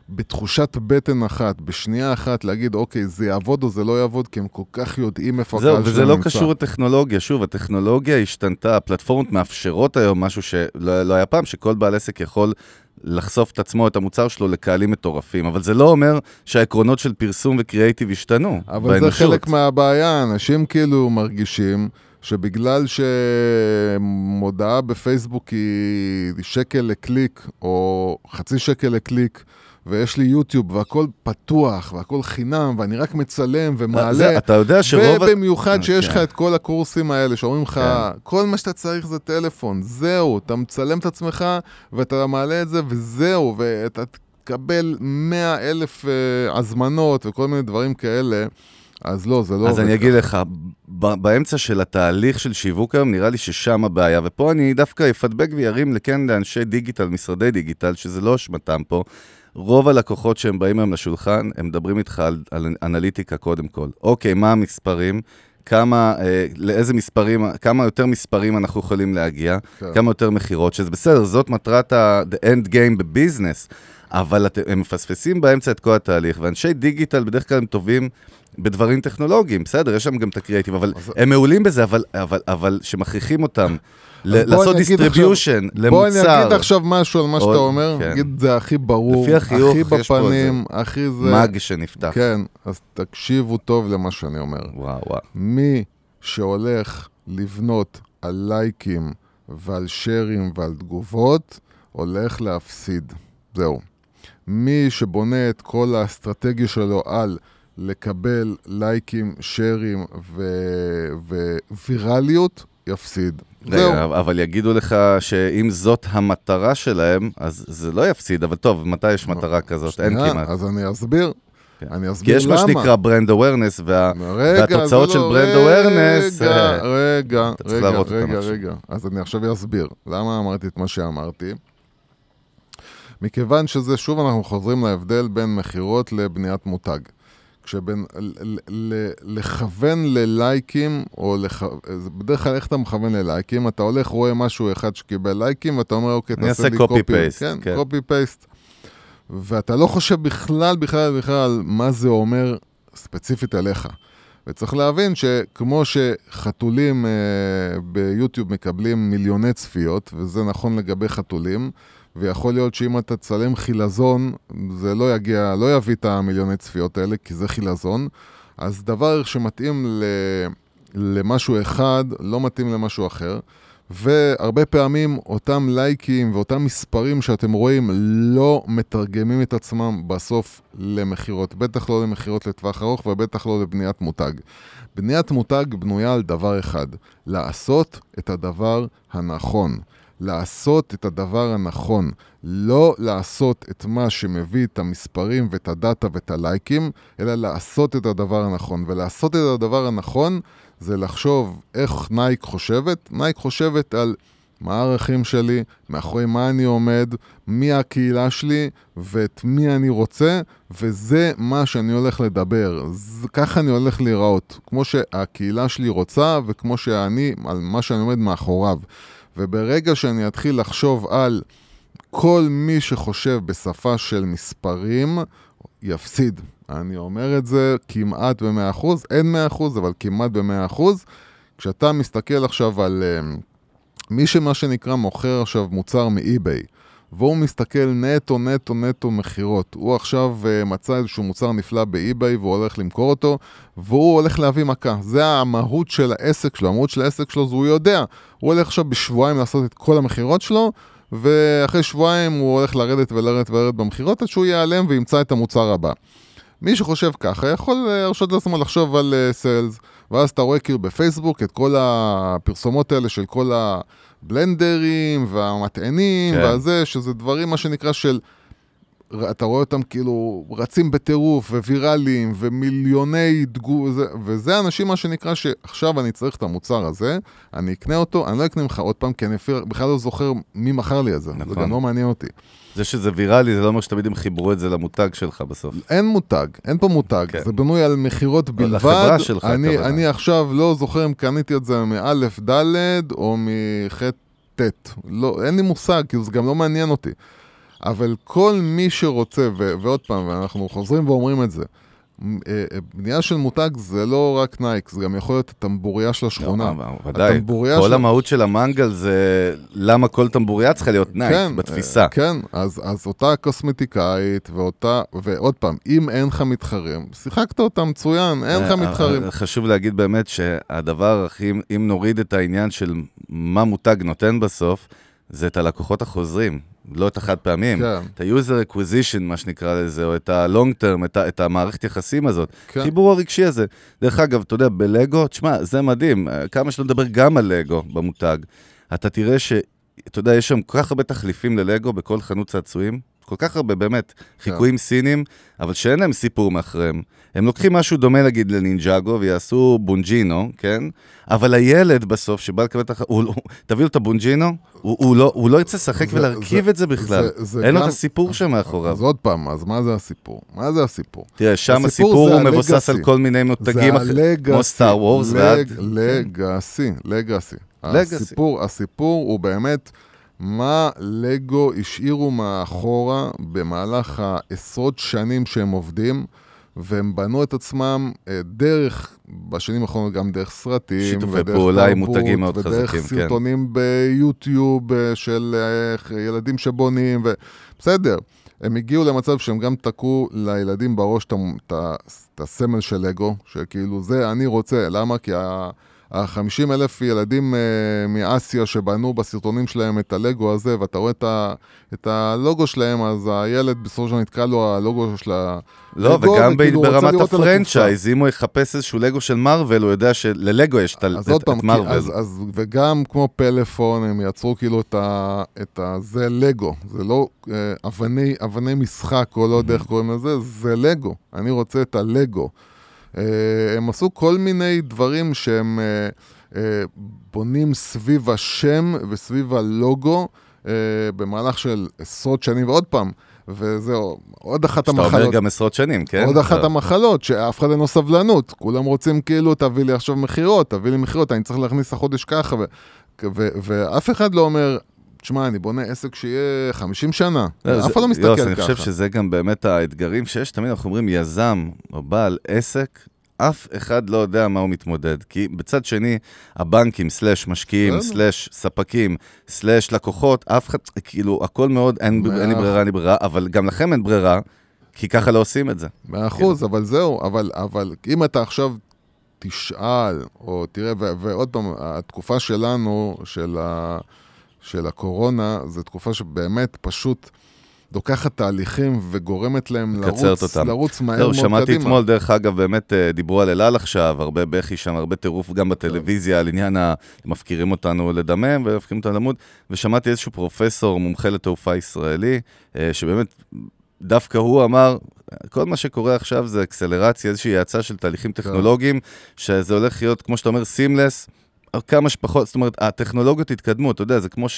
בתחושת בטן אחת, בשנייה אחת להגיד, אוקיי, זה יעבוד או זה לא יעבוד, כי הם כל כך יודעים איפה
זהו,
הקהל שלהם
וזה לא
נמצא.
קשור לטכנולוגיה. שוב, הטכנולוגיה השתנתה, הפלטפורמות מאפשרות היום משהו שלא היה פעם, שכל בעל עסק יכול לחשוף את עצמו, את המוצר שלו, לקהלים מטורפים. אבל זה לא אומר שהעקרונות של פרסום וקריאייטיב השתנו.
אבל
באנושות.
זה חלק מהבעיה, אנשים כאילו מרגישים שבגלל שמודעה בפייסבוק היא שקל לקליק, או חצי שקל לקליק, ויש לי יוטיוב, והכל פתוח, והכל חינם, ואני רק מצלם ומעלה.
אתה יודע שרוב...
ובמיוחד שיש לך את כל הקורסים האלה, שאומרים לך, כל מה שאתה צריך זה טלפון, זהו, אתה מצלם את עצמך, ואתה מעלה את זה, וזהו, ואתה תקבל 100,000 הזמנות, וכל מיני דברים כאלה. אז לא, זה לא...
אז אני אגיד לך, באמצע של התהליך של שיווק היום, נראה לי ששם הבעיה, ופה אני דווקא אפדבק וירים לאנשי דיגיטל, משרדי דיגיטל, שזה לא אשמתם פה. רוב הלקוחות שהם באים היום לשולחן, הם מדברים איתך על אנליטיקה קודם כל. אוקיי, מה המספרים? לאיזה מספרים, כמה יותר מספרים אנחנו יכולים להגיע? כמה יותר מחירות? שזה בסדר, זאת מטרת the end game בביזנס. אבל הם מפספסים באמצע את כל התהליך, ואנשי דיגיטל בדרך כלל הם טובים בדברים טכנולוגיים, בסדר, יש שם גם את הקריאייטיב, אבל הם מעולים בזה, אבל שמכריחים אותם לעשות דיסטריביושן למוצר.
בוא אני אגיד עכשיו משהו על מה שאתה אומר, נגיד זה הכי ברור, הכי בפנים, הכי זה...
מג שנפתח.
כן, אז תקשיבו טוב למה שאני אומר.
וואו.
מי שהולך לבנות על לייקים ועל שרים ועל תגובות, הולך להפסיד. זהו. מי שבונה את כל האסטרטגיה שלו על לקבל לייקים, שרים ווירליות, יפסיד. זהו.
אבל יגידו לך שאם זאת המטרה שלהם, אז זה לא יפסיד, אבל טוב, מתי יש מטרה כזאת? אין כמעט.
אז אני אסביר. אני אסביר
כי יש מה שנקרא ברנד אווירנס, והתוצאות של ברנד אווירנס...
רגע. אז אני עכשיו אסביר. למה אמרתי את מה שאמרתי? מכיוון שזה, שוב אנחנו חוזרים להבדל בין מחירות לבניית מותג. כשבין לכוון ללייקים, או בדרך כלל איך אתה מכוון ללייקים, אתה הולך, רואה משהו אחד שקיבל לייקים, ואתה אומר, אוקיי, תעשה לי קופי פייסט. כן, קופי פייסט. ואתה לא חושב בכלל מה זה אומר ספציפית עליך. וצריך להבין שכמו שחתולים ביוטיוב מקבלים מיליוני צפיות, וזה נכון לגבי חתולים, ויכול להיות שאם אתה תצלם חילזון, זה לא יביא את המיליוני צפיות האלה, כי זה חילזון. אז דבר שמתאים למשהו אחד, לא מתאים למשהו אחר. והרבה פעמים אותם לייקים ואותם מספרים שאתם רואים לא מתרגמים את עצמם בסוף למחירות. בטח לא למחירות לטווח ארוך ובטח לא לבניית מותג. בניית מותג בנויה על דבר אחד, לעשות את הדבר הנכון. לעשות את הדבר הנכון, לא לעשות את מה שמביא את המספרים ואת הדאטה ואת הלייקים, אלא לעשות את הדבר הנכון. ולעשות את הדבר הנכון זה לחשוב איך נייק חושבת. נייק חושבת על מה הערכים שלי, מאחורי מה אני עומד, מי הקהילה שלי ואת מי אני רוצה, וזה מה שאני הולך לדבר. ככה אני הולך להיראות, כמו שהקהילה שלי רוצה וכמו שאני, על מה שאני עומד מאחוריו. וברגע שאני אתחיל לחשוב על כל מי שחושב בשפה של מספרים, יפסיד. אני אומר את זה כמעט ב100%, אין 100%, אבל כמעט ב100%. כשאתה מסתכל עכשיו על מי שמה שנקרא מוכר עכשיו מוצר מאי-ביי, והוא מסתכל נטו מחירות. הוא עכשיו מצא איזשהו מוצר נפלא באי-ביי, והוא הולך למכור אותו, והוא הולך להביא מכה. זה המהות של העסק שלו. המהות של העסק שלו, זה הוא יודע. הוא הולך עכשיו בשבועיים לעשות את כל המחירות שלו, ואחרי שבועיים הוא הולך לרדת במחירות, עד שהוא ייעלם וימצא את המוצר הבא. מי שחושב ככה יכול להרשות לעצמו לחשוב על סיילס, ואז אתה רואה כאילו בפייסבוק את כל הפרסומות האלה של כל הבלנדרים והמטענים והזה, שזה דברים מה שנקרא של, אתה רואה אותם כאילו רצים בטירוף ווירליים ומיליוני וזה אנשים מה שנקרא שעכשיו אני צריך את המוצר הזה, אני אקנה אותו, אני לא אקנה ממך עוד פעם, כי אני בכלל לא זוכר מי מכר לי את זה, זה גם לא מעניין אותי.
זה שזה ויראלי, זה לא אומר שתמיד הם חיברו את זה למותג שלך בסוף.
אין מותג, אין פה מותג. זה בנוי על מחירות בלבד.
לחברה שלך.
אני עכשיו לא זוכר אם קניתי את זה מאלף ד' או מח' ט'. לא, אין לי מושג, כי זה גם לא מעניין אותי. אבל כל מי שרוצה, ועוד פעם, ואנחנו חוזרים ואומרים את זה, בנייה של מותג זה לא רק נייק, זה גם יכול להיות הטמבוריה של השכונה.
ודאי, כל המהות של המנגל זה למה כל טמבוריה צריכה להיות נייק בתפיסה.
כן, אז אותה קוסמטיקאית, ועוד פעם, אם אין לך מתחרים, שיחקת אותה מצוין, אין לך מתחרים.
חשוב להגיד באמת שהדבר הכי, אם נוריד את העניין של מה מותג נותן בסוף, זה את הלקוחות החוזרים, לא את החד פעמים. כן. את ה-user acquisition, מה שנקרא לזה, או את ה-long term, את המערכת יחסים הזאת. כן. חיבור הרגשי הזה. דרך אגב, אתה יודע, בלגו, תשמע, זה מדהים. כמה שלא נדבר גם על לגו במותג. אתה תראה אתה יודע, יש שם כל כך הרבה תחליפים ללגו בכל חנות צעצועים. כל כך הרבה, באמת, חיקויים סינים, אבל שאין להם סיפור מאחריהם. הם לוקחים משהו דומה, נגיד, לנינג'אגו, ויעשו בונג'ינו, כן? אבל הילד בסוף, שבא לקבל את תביאו לו את הבונג'ינו, הוא לא ירצה לשחק ולהרכיב את זה בכלל. אין לו את הסיפור שם מאחוריו.
אז עוד פעם, אז מה זה הסיפור? מה זה הסיפור?
תראה, שם הסיפור הוא מבוסס על כל מיני מותגים, כמו סטאר וורס ועד...
לגאסי. הסיפור הוא באמת... מה לגו השאירו מאחורה במהלך העשרות שנים שהם עובדים, והם בנו את עצמם דרך, בשנים האחרונות גם דרך סרטים,
שיתופי פעולה עם מותגים מאוד חזקים,
ודרך סרטונים ביוטיוב של ילדים שבונים, בסדר. הם הגיעו למצב שהם גם תקעו לילדים בראש את הסמל של לגו, שכאילו זה אני רוצה, למה? כי 50,000 ילדים מאסיה שבנו בסרטונים שלהם את הלגו הזה, ואתה רואה את הלוגו שלהם, אז הילד בסופו של דבר נתקע לו הלוגו של הלגו.
לא, וגם ברמת הפרנצ'ייז, אם הוא יחפש איזשהו לגו של מרוול, הוא יודע שללגו יש את מרוול.
וגם כמו פלאפון, הם יצרו כאילו זה לגו, זה לא אבני משחק, או לא דרך קוראים לזה, זה לגו. אני רוצה את הלגו. הם עשו כל מיני דברים שהם בונים סביב השם וסביב הלוגו במהלך של עשרות שנים, ועוד פעם, וזהו, עוד אחת המחלות.
שאתה אומר גם עשרות שנים, כן?
עוד אחת המחלות, שאף אחד אין לו סבלנות. כולם רוצים כאילו, תביא לי עכשיו מחירות, אני צריך להכניס החודש ככה, ואף אחד לא אומר... תשמע, אני בונה עסק שיהיה 50 שנה. אף אחד לא מסתכל ככה.
אני חושב שזה גם באמת האתגרים שיש. תמיד אנחנו אומרים, יזם או בעל עסק, אף אחד לא יודע מה הוא מתמודד. כי בצד שני, הבנקים, סלש משקיעים, סלש ספקים, סלש לקוחות, אף אחד, כאילו, הכל מאוד, אין לי ברירה, אבל גם לכם אין ברירה, כי ככה לא עושים את זה.
100%, אבל זהו, אבל אם אתה עכשיו תשאל, או תראה, ועוד פעם, התקופה שלנו, של הקורונה, זו תקופה שבאמת פשוט לוקחת תהליכים וגורמת להם לרוץ מהר מאוד קדימה.
שמעתי אתמול, דרך אגב, באמת דיברו על אלעל עכשיו, הרבה בכי שם, הרבה טירוף גם בטלוויזיה, על עניין מפקירים אותנו לדמם ומפקירים אותנו למות, ושמעתי איזשהו פרופסור מומחה לתעופה ישראלי, שבאמת דווקא הוא אמר, כל מה שקורה עכשיו זה אקסלרציה, איזושהי האצה של תהליכים טכנולוגיים, שזה הולך להיות, כמו שאתה אומר, סימלס, כמה שפחות, זאת אומרת, הטכנולוגיות התקדמו, אתה יודע, זה כמו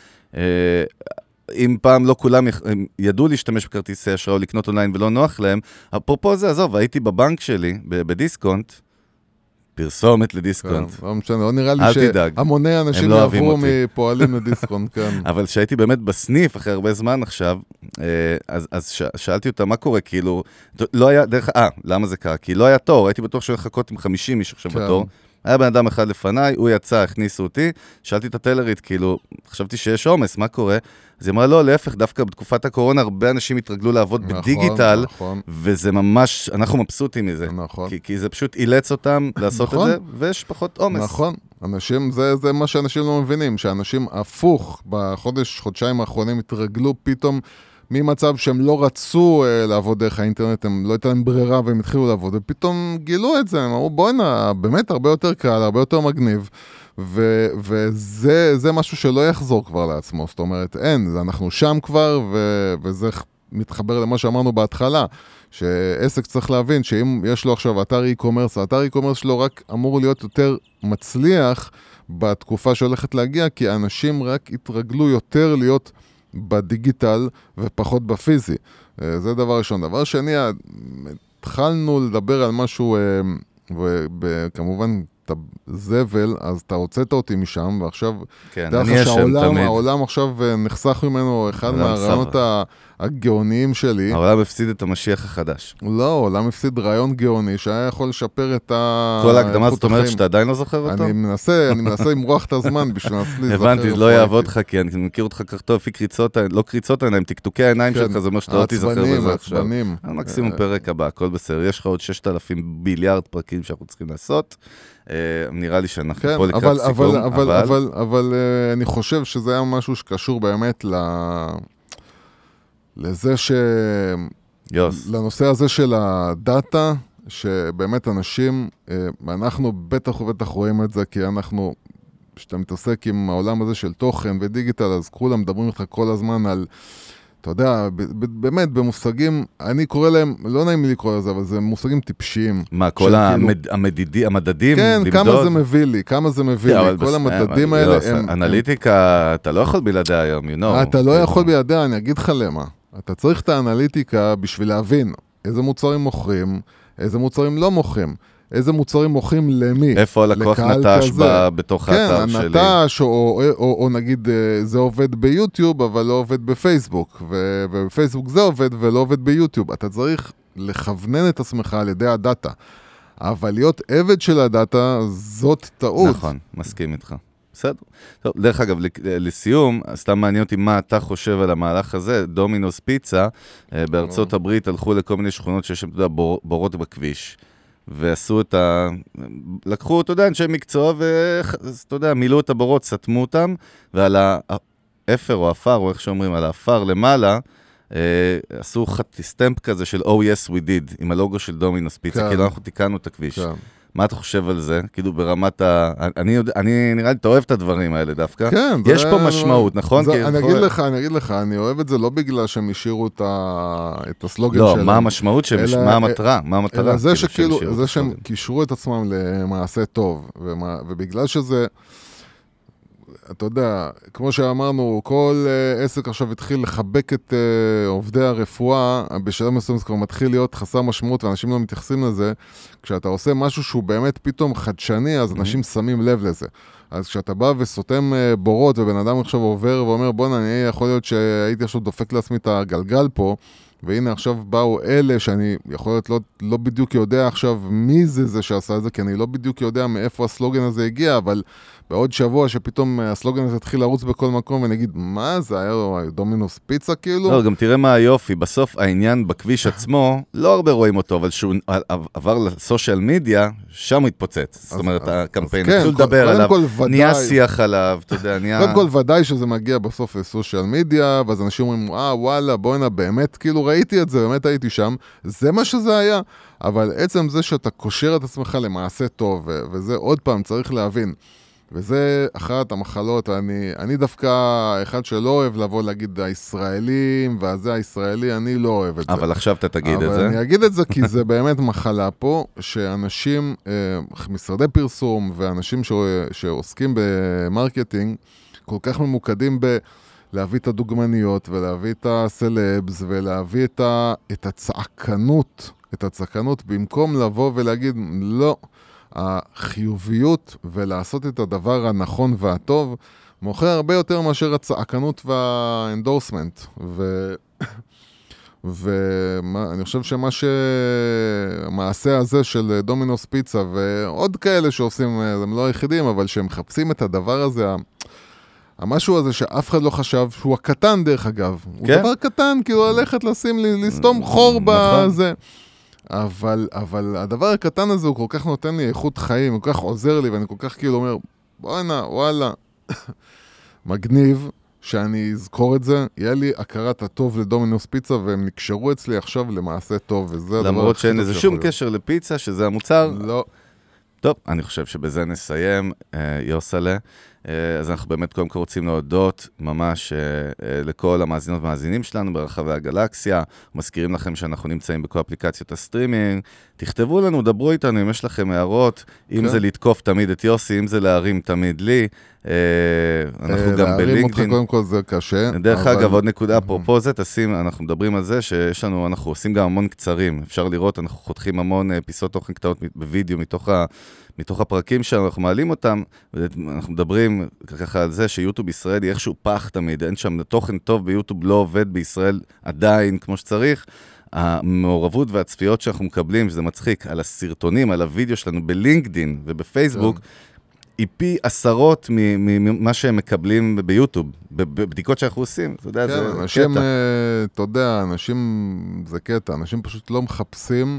אם פעם לא כולם ידעו להשתמש בכרטיסי אשראי או לקנות אונליין ולא נוח להם, אפרופו זה, עזוב, הייתי בבנק שלי, בדיסקונט, פרסומת לדיסקונט.
לא משנה, לא נראה לי שהמוני אנשים יעברו מפועלים לדיסקונט, כן.
אבל שהייתי באמת בסניף אחרי הרבה זמן עכשיו, אז שאלתי אותה, מה קורה? כאילו, לא היה דרך, למה זה קרה? כי לא היה תור, הייתי בטוח שהוא לחכות עם 50 איש עכשיו בתור. היה בן אדם אחד לפניי, הוא יצא, הכניסו אותי, שאלתי את הטלרית, כאילו, חשבתי שיש עומס, מה קורה? אז היא אמרה, לא, להפך, דווקא בתקופת הקורונה, הרבה אנשים התרגלו לעבוד בדיגיטל, וזה ממש, אנחנו מבסוטים מזה. כי זה פשוט אילץ אותם לעשות את זה, ויש פחות עומס.
נכון, אנשים, זה מה שאנשים לא מבינים, שאנשים הפוך, חודשיים האחרונים התרגלו פתאום, ממצב שהם לא רצו לעבוד דרך האינטרנט, הם לא הייתה להם ברירה והם התחילו לעבוד, ופתאום גילו את זה, הם אמרו, בוא'נה, באמת הרבה יותר קל, הרבה יותר מגניב, וזה משהו שלא יחזור כבר לעצמו, זאת אומרת, אנחנו שם כבר, וזה מתחבר למה שאמרנו בהתחלה, שעסק צריך להבין, שאם יש לו עכשיו אתר e-commerce, האתר e-commerce שלו רק אמור להיות יותר מצליח בתקופה שהולכת להגיע, כי האנשים רק התרגלו יותר להיות בדיגיטל ופחות בפיזי. זה דבר ראשון. דבר שני, התחלנו לדבר על משהו, וכמובן זבל, אז אתה הוצאת אותי משם, ועכשיו,
כן,
דרך
אני אשם תמיד.
העולם עכשיו נחסך ממנו אחד מהרעיונות הגאוניים שלי.
העולם הפסיד את המשיח החדש.
לא, העולם הפסיד רעיון גאוני, שהיה יכול לשפר את
כל ההקדמה זאת אומרת שאתה עדיין לא זוכר אותו?
אני מנסה למרוח את הזמן בשביל להזכר.
הבנתי, זה לא יעבוד לך, כי אני מכיר אותך כך טוב, לפי קריצות, לא קריצות העיניים, תקתוקי העיניים שלך, זה אומר שאתה לא תיזכר בזה עכשיו.
העצבנים.
מקסימום פרק הבא, הכל בסדר. יש לך עוד 6,000 ביליארד פרקים שאנחנו צריכים לעשות. נראה לי שאנחנו פה לקראת סיכום,
אבל אני חושב שזה היה משהו שקשור באמת לזה לנושא הזה של הדאטה, שבאמת אנשים, אנחנו בטח ובטח רואים את זה, כי אנחנו, כשאתה מתעסק עם העולם הזה של תוכן ודיגיטל, אז כולם מדברים איתך כל הזמן על, אתה יודע, באמת במושגים, אני קורא להם, לא נעים לי לקרוא לזה, אבל זה מושגים טיפשיים.
מה, כל המדדים?
כן, כמה זה מביא לי, כל המדדים האלה הם...
אנליטיקה, אתה לא יכול בלעדיה היום,
אתה לא יכול בלעדיה, אני אגיד לך למה. אתה צריך את האנליטיקה בשביל להבין איזה מוצרים מוכרים, איזה מוצרים לא מוכרים, איזה מוצרים מוכרים למי.
איפה הלקוח נטש בתוך האתר שלי.
כן, הנטש, או נגיד זה עובד ביוטיוב, אבל לא עובד בפייסבוק, ובפייסבוק זה עובד ולא עובד ביוטיוב. אתה צריך לכוונן את עצמך על ידי הדאטה. אבל להיות עבד של הדאטה, זאת טעות.
נכון, מסכים איתך. בסדר. טוב, דרך אגב, לסיום, סתם מעניין אותי מה אתה חושב על המהלך הזה. דומינוס פיצה, בארצות הברית הלכו לכל מיני שכונות שיש שם, אתה יודע, בורות בכביש. ועשו את לקחו, אתה יודע, אנשי מקצוע, ואתה יודע, מילאו את הבורות, סתמו אותם, ועל האפר או האפר, או איך שאומרים, על האפר למעלה, עשו סטמפ כזה של Oh yes we did, עם הלוגו של דומינוס פיצה, כאילו אנחנו תיקנו את הכביש. מה אתה חושב על זה? כאילו ברמת אני נראה לי, אתה אוהב את הדברים האלה דווקא.
כן.
יש פה משמעות, נכון?
אני אגיד לך, אני אוהב את זה לא בגלל שהם השאירו את הסלוגן
שלהם.
שלהם.
לא, מה המשמעות, מה המטרה?
אלא זה שהם קישרו את עצמם למעשה טוב, ובגלל שזה, אתה יודע, כמו שאמרנו, כל עסק עכשיו התחיל לחבק את עובדי הרפואה, בשלב מסוים זה כבר מתחיל להיות חסר משמעות, ואנשים לא מתייחסים לזה. כשאתה עושה משהו שהוא באמת פתאום חדשני, אז אנשים שמים לב לזה. אז כשאתה בא וסותם בורות, ובן אדם עכשיו עובר ואומר, בוא אני יכול להיות שהייתי עכשיו דופק לעצמי את הגלגל פה, והנה עכשיו באו אלה שאני יכול להיות לא בדיוק יודע עכשיו מי זה שעשה את זה, כי אני לא בדיוק יודע מאיפה הסלוגן הזה הגיע, אבל בעוד שבוע שפתאום הסלוגן הזה התחיל לרוץ בכל מקום, ונגיד, מה זה היה דומינוס פיצה כאילו?
לא, גם תראה מה היופי, בסוף העניין בכביש עצמו, לא הרבה רואים אותו, אבל שהוא עבר לסושיאל מדיה, שם הוא התפוצץ. זאת אומרת, הקמפיין, התחילו לדבר עליו, נהיה שיח עליו, אתה יודע, נהיה...
קודם כל ודאי שזה מגיע בסוף לסושיאל מדיה, ואז אנשים אומרים, וואלה, בואינה, באמת, כאילו ראיתי את זה, באמת הייתי שם, זה מה שזה היה, אבל עצם זה שאתה קושר את עצמך למעשה טוב, וזה עוד פעם צריך להבין, וזה אחת המחלות, אני דווקא אחד שלא אוהב לבוא להגיד הישראלים, וזה הישראלי, אני לא אוהב את זה.
אבל עכשיו אתה תגיד את זה.
אבל אני אגיד את זה כי זה באמת מחלה פה, שאנשים, משרדי פרסום ואנשים שעוסקים במרקטינג, כל כך ממוקדים להביא את הדוגמניות, ולהביא את הסלבס, ולהביא את הצעקנות, במקום לבוא ולהגיד, לא, החיוביות ולעשות את הדבר הנכון והטוב, מוכר הרבה יותר מאשר הצעקנות והאנדורסמנט. ואני חושב המעשה הזה של דומינוס פיצה, ועוד כאלה שעושים, הם לא היחידים, אבל שהם מחפשים את הדבר הזה, המשהו הזה שאף אחד לא חשב, שהוא הקטן דרך אגב. הוא דבר קטן, כאילו ללכת לסתום חור בזה. אבל הדבר הקטן הזה הוא כל כך נותן לי איכות חיים, הוא כל כך עוזר לי, ואני כל כך כאילו אומר, בוא'נה, וואלה, מגניב שאני אזכור את זה, יהיה לי הכרת הטוב לדומינוס פיצה, והם נקשרו אצלי עכשיו למעשה טוב, וזה הדבר...
למרות שאין לזה שום קשר לפיצה, שזה המוצר.
לא.
טוב, אני חושב שבזה נסיים, יוסלה. אז אנחנו באמת קודם כל רוצים להודות ממש לכל המאזינות והמאזינים שלנו ברחבי הגלקסיה. מזכירים לכם שאנחנו נמצאים בכל אפליקציות הסטרימינג. תכתבו לנו, דברו איתנו אם יש לכם הערות, אם זה לתקוף תמיד את יוסי, אם זה להרים תמיד לי. אנחנו גם בלינקדין.
להרים אותך קודם כל זה קשה.
דרך אגב, עוד נקודה, אפרופו זה, אנחנו מדברים על זה שיש לנו, אנחנו עושים גם המון קצרים. אפשר לראות, אנחנו חותכים המון פיסות תוכן קטעות בווידאו מתוך הפרקים שאנחנו מעלים אותם, אנחנו מדברים ככה על זה שיוטיוב ישראל היא איכשהו פח תמיד, אין שם תוכן טוב ביוטיוב, לא עובד בישראל עדיין כמו שצריך, המעורבות והצפיות שאנחנו מקבלים, שזה מצחיק, על הסרטונים, על הוידאו שלנו בלינקדין ובפייסבוק, היא פי עשרות ממה שהם מקבלים ביוטיוב, בבדיקות שאנחנו עושים, אתה יודע, זה
אנשים,
קטע.
אתה יודע, אנשים, זה קטע, אנשים פשוט לא מחפשים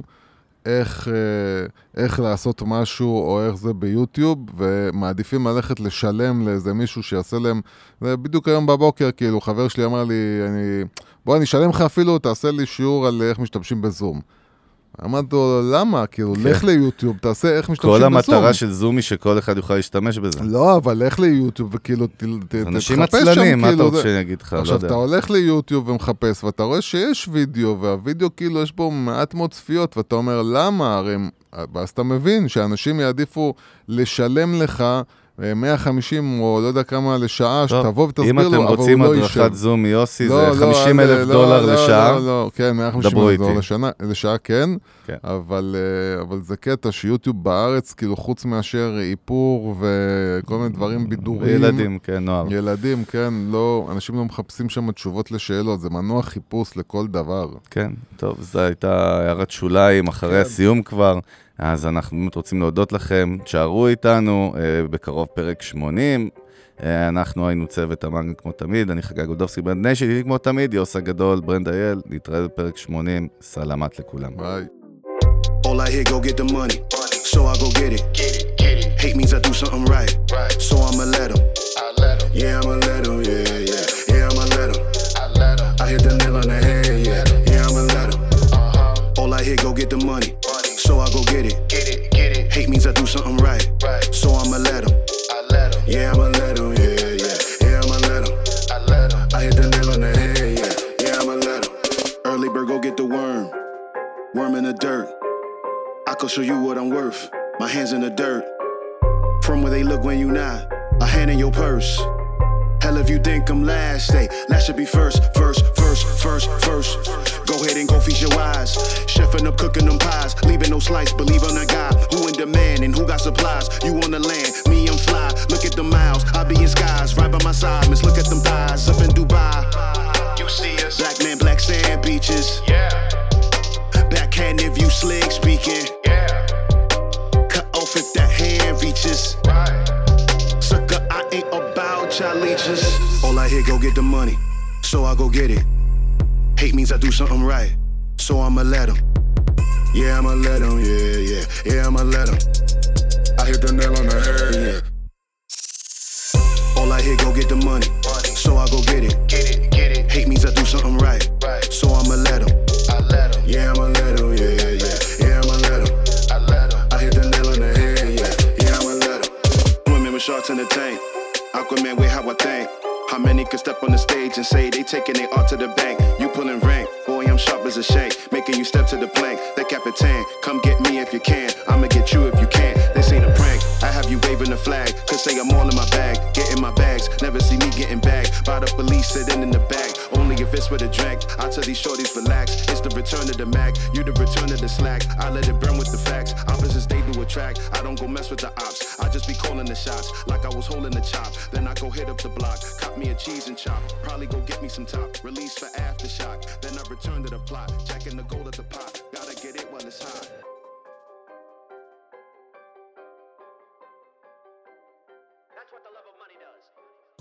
איך לעשות משהו או איך זה ביוטיוב, ומעדיפים ללכת לשלם לאיזה מישהו שיעשה להם, זה בדיוק היום בבוקר, כאילו, חבר שלי אמר לי, בוא, אני אשלם לך אפילו, תעשה לי שיעור על איך משתמשים בזום. אמרתי לו, למה? כאילו, לך ליוטיוב, תעשה איך משתמשים בזום.
כל המטרה של זום היא שכל אחד יוכל להשתמש בזה.
לא, אבל לך ליוטיוב וכאילו, תחפש שם.
אנשים עצלנים, מה אתה רוצה שאני אגיד לך?
עכשיו, אתה הולך ליוטיוב ומחפש, ואתה רואה שיש וידאו, והווידאו כאילו יש בו מעט מאוד צפיות, ואתה אומר, למה? הרי, ואז אתה מבין שאנשים יעדיפו לשלם לך 150 או לא יודע כמה לשעה, שתבוא ותסביר לו, אבל הוא לא יישב. אם אתם רוצים
הדרכת זום מיוסי, זה $50,000 לשעה.
לא, כן, $150,000 לשעה, כן. אבל זה קטע שיוטיוב בארץ, כאילו חוץ מאשר איפור וכל מיני דברים בידוריים.
ילדים, כן, נוער.
ילדים, כן, לא, אנשים לא מחפשים שם תשובות לשאלות, זה מנוע חיפוש לכל דבר.
כן, טוב, זו הייתה הערת שוליים אחרי הסיום כבר. אז אנחנו באמת רוצים להודות לכם, תשארו איתנו, בקרוב פרק 80, אנחנו היינו צוות המאנגה כמו תמיד, אני חגג גולדובסקי ברנד ניישן, איתי כמו תמיד, יוס הגדול, ברנד אייל, נתראה בפרק 80, סלמת לכולם.
ביי.
All I hear, go get the money, so I go get it. Hate means I do something right, so I'ma let him. Yeah, I'ma let him, yeah, I'ma let him. I hit the nail on the head, yeah, I'ma let him. All I hear, go get the money. So I go get it. Hate means I do something right. So I'ma let him. Yeah, I'ma let him. Yeah, I'ma let him. I hit the nail on the head. Yeah, I'ma let him. Early bird, go get the worm. Worm in the dirt. I can show you what I'm worth. My hands in the dirt. From where they look when you not. A hand in your purse. Hell if you think I'm last, say last should be first. Go ahead and go feast your eyes. Chefing up, cooking them pies, leaving no slice. Believe on a guy who in demand and who got supplies. You on the land, me I'm fly. Look at the miles, I be in skies. Right by my side, miss. Look at them thighs up in Dubai. You see us, black man, black sand beaches. Yeah. Backhand if you slick speaking. Yeah. Cut off if that hand reaches. Right. Sucker, I ain't about y'all leeches. All I hear, go get the money, so I go get it. Hate means I do something right, so I'ma let him. Yeah, I'ma let him, yeah, I'ma let him. I hit the nail on the head, yeah. All I hear, go get the money, so I go get it. Hate means I do something right, so I'ma let him. Yeah, I'ma let him, yeah, I'ma let him. I hit the nail on the head, yeah, I'ma let him. Women with sharks in the tank, Aquaman with how I think. How many could step on the stage and say they taking their art to the bank? You pulling rank, boy, I'm sharp as a shank, making you step to the plank. The Capitan, come get me if you can. I'ma get you if you can't. This ain't a prank. I have you waving the flag, cause say I'm all in my bag, getting my bags. Never see me getting bagged by the police sitting in the back. Only if it's with a drink. I tell these shorties relax. It's the return of the Mac. You the return of the slack. I let it burn with the facts. Opposites they do attract. I don't go mess with the ops. I just be calling the shots like I was holding the chop. Then I go hit up the block, cop me a cheese and chop. Probably go get me some top. Release for aftershock. Then I return to the plot. Checking the gold at the pot. Gotta get it while it's hot. That's what the love of money does.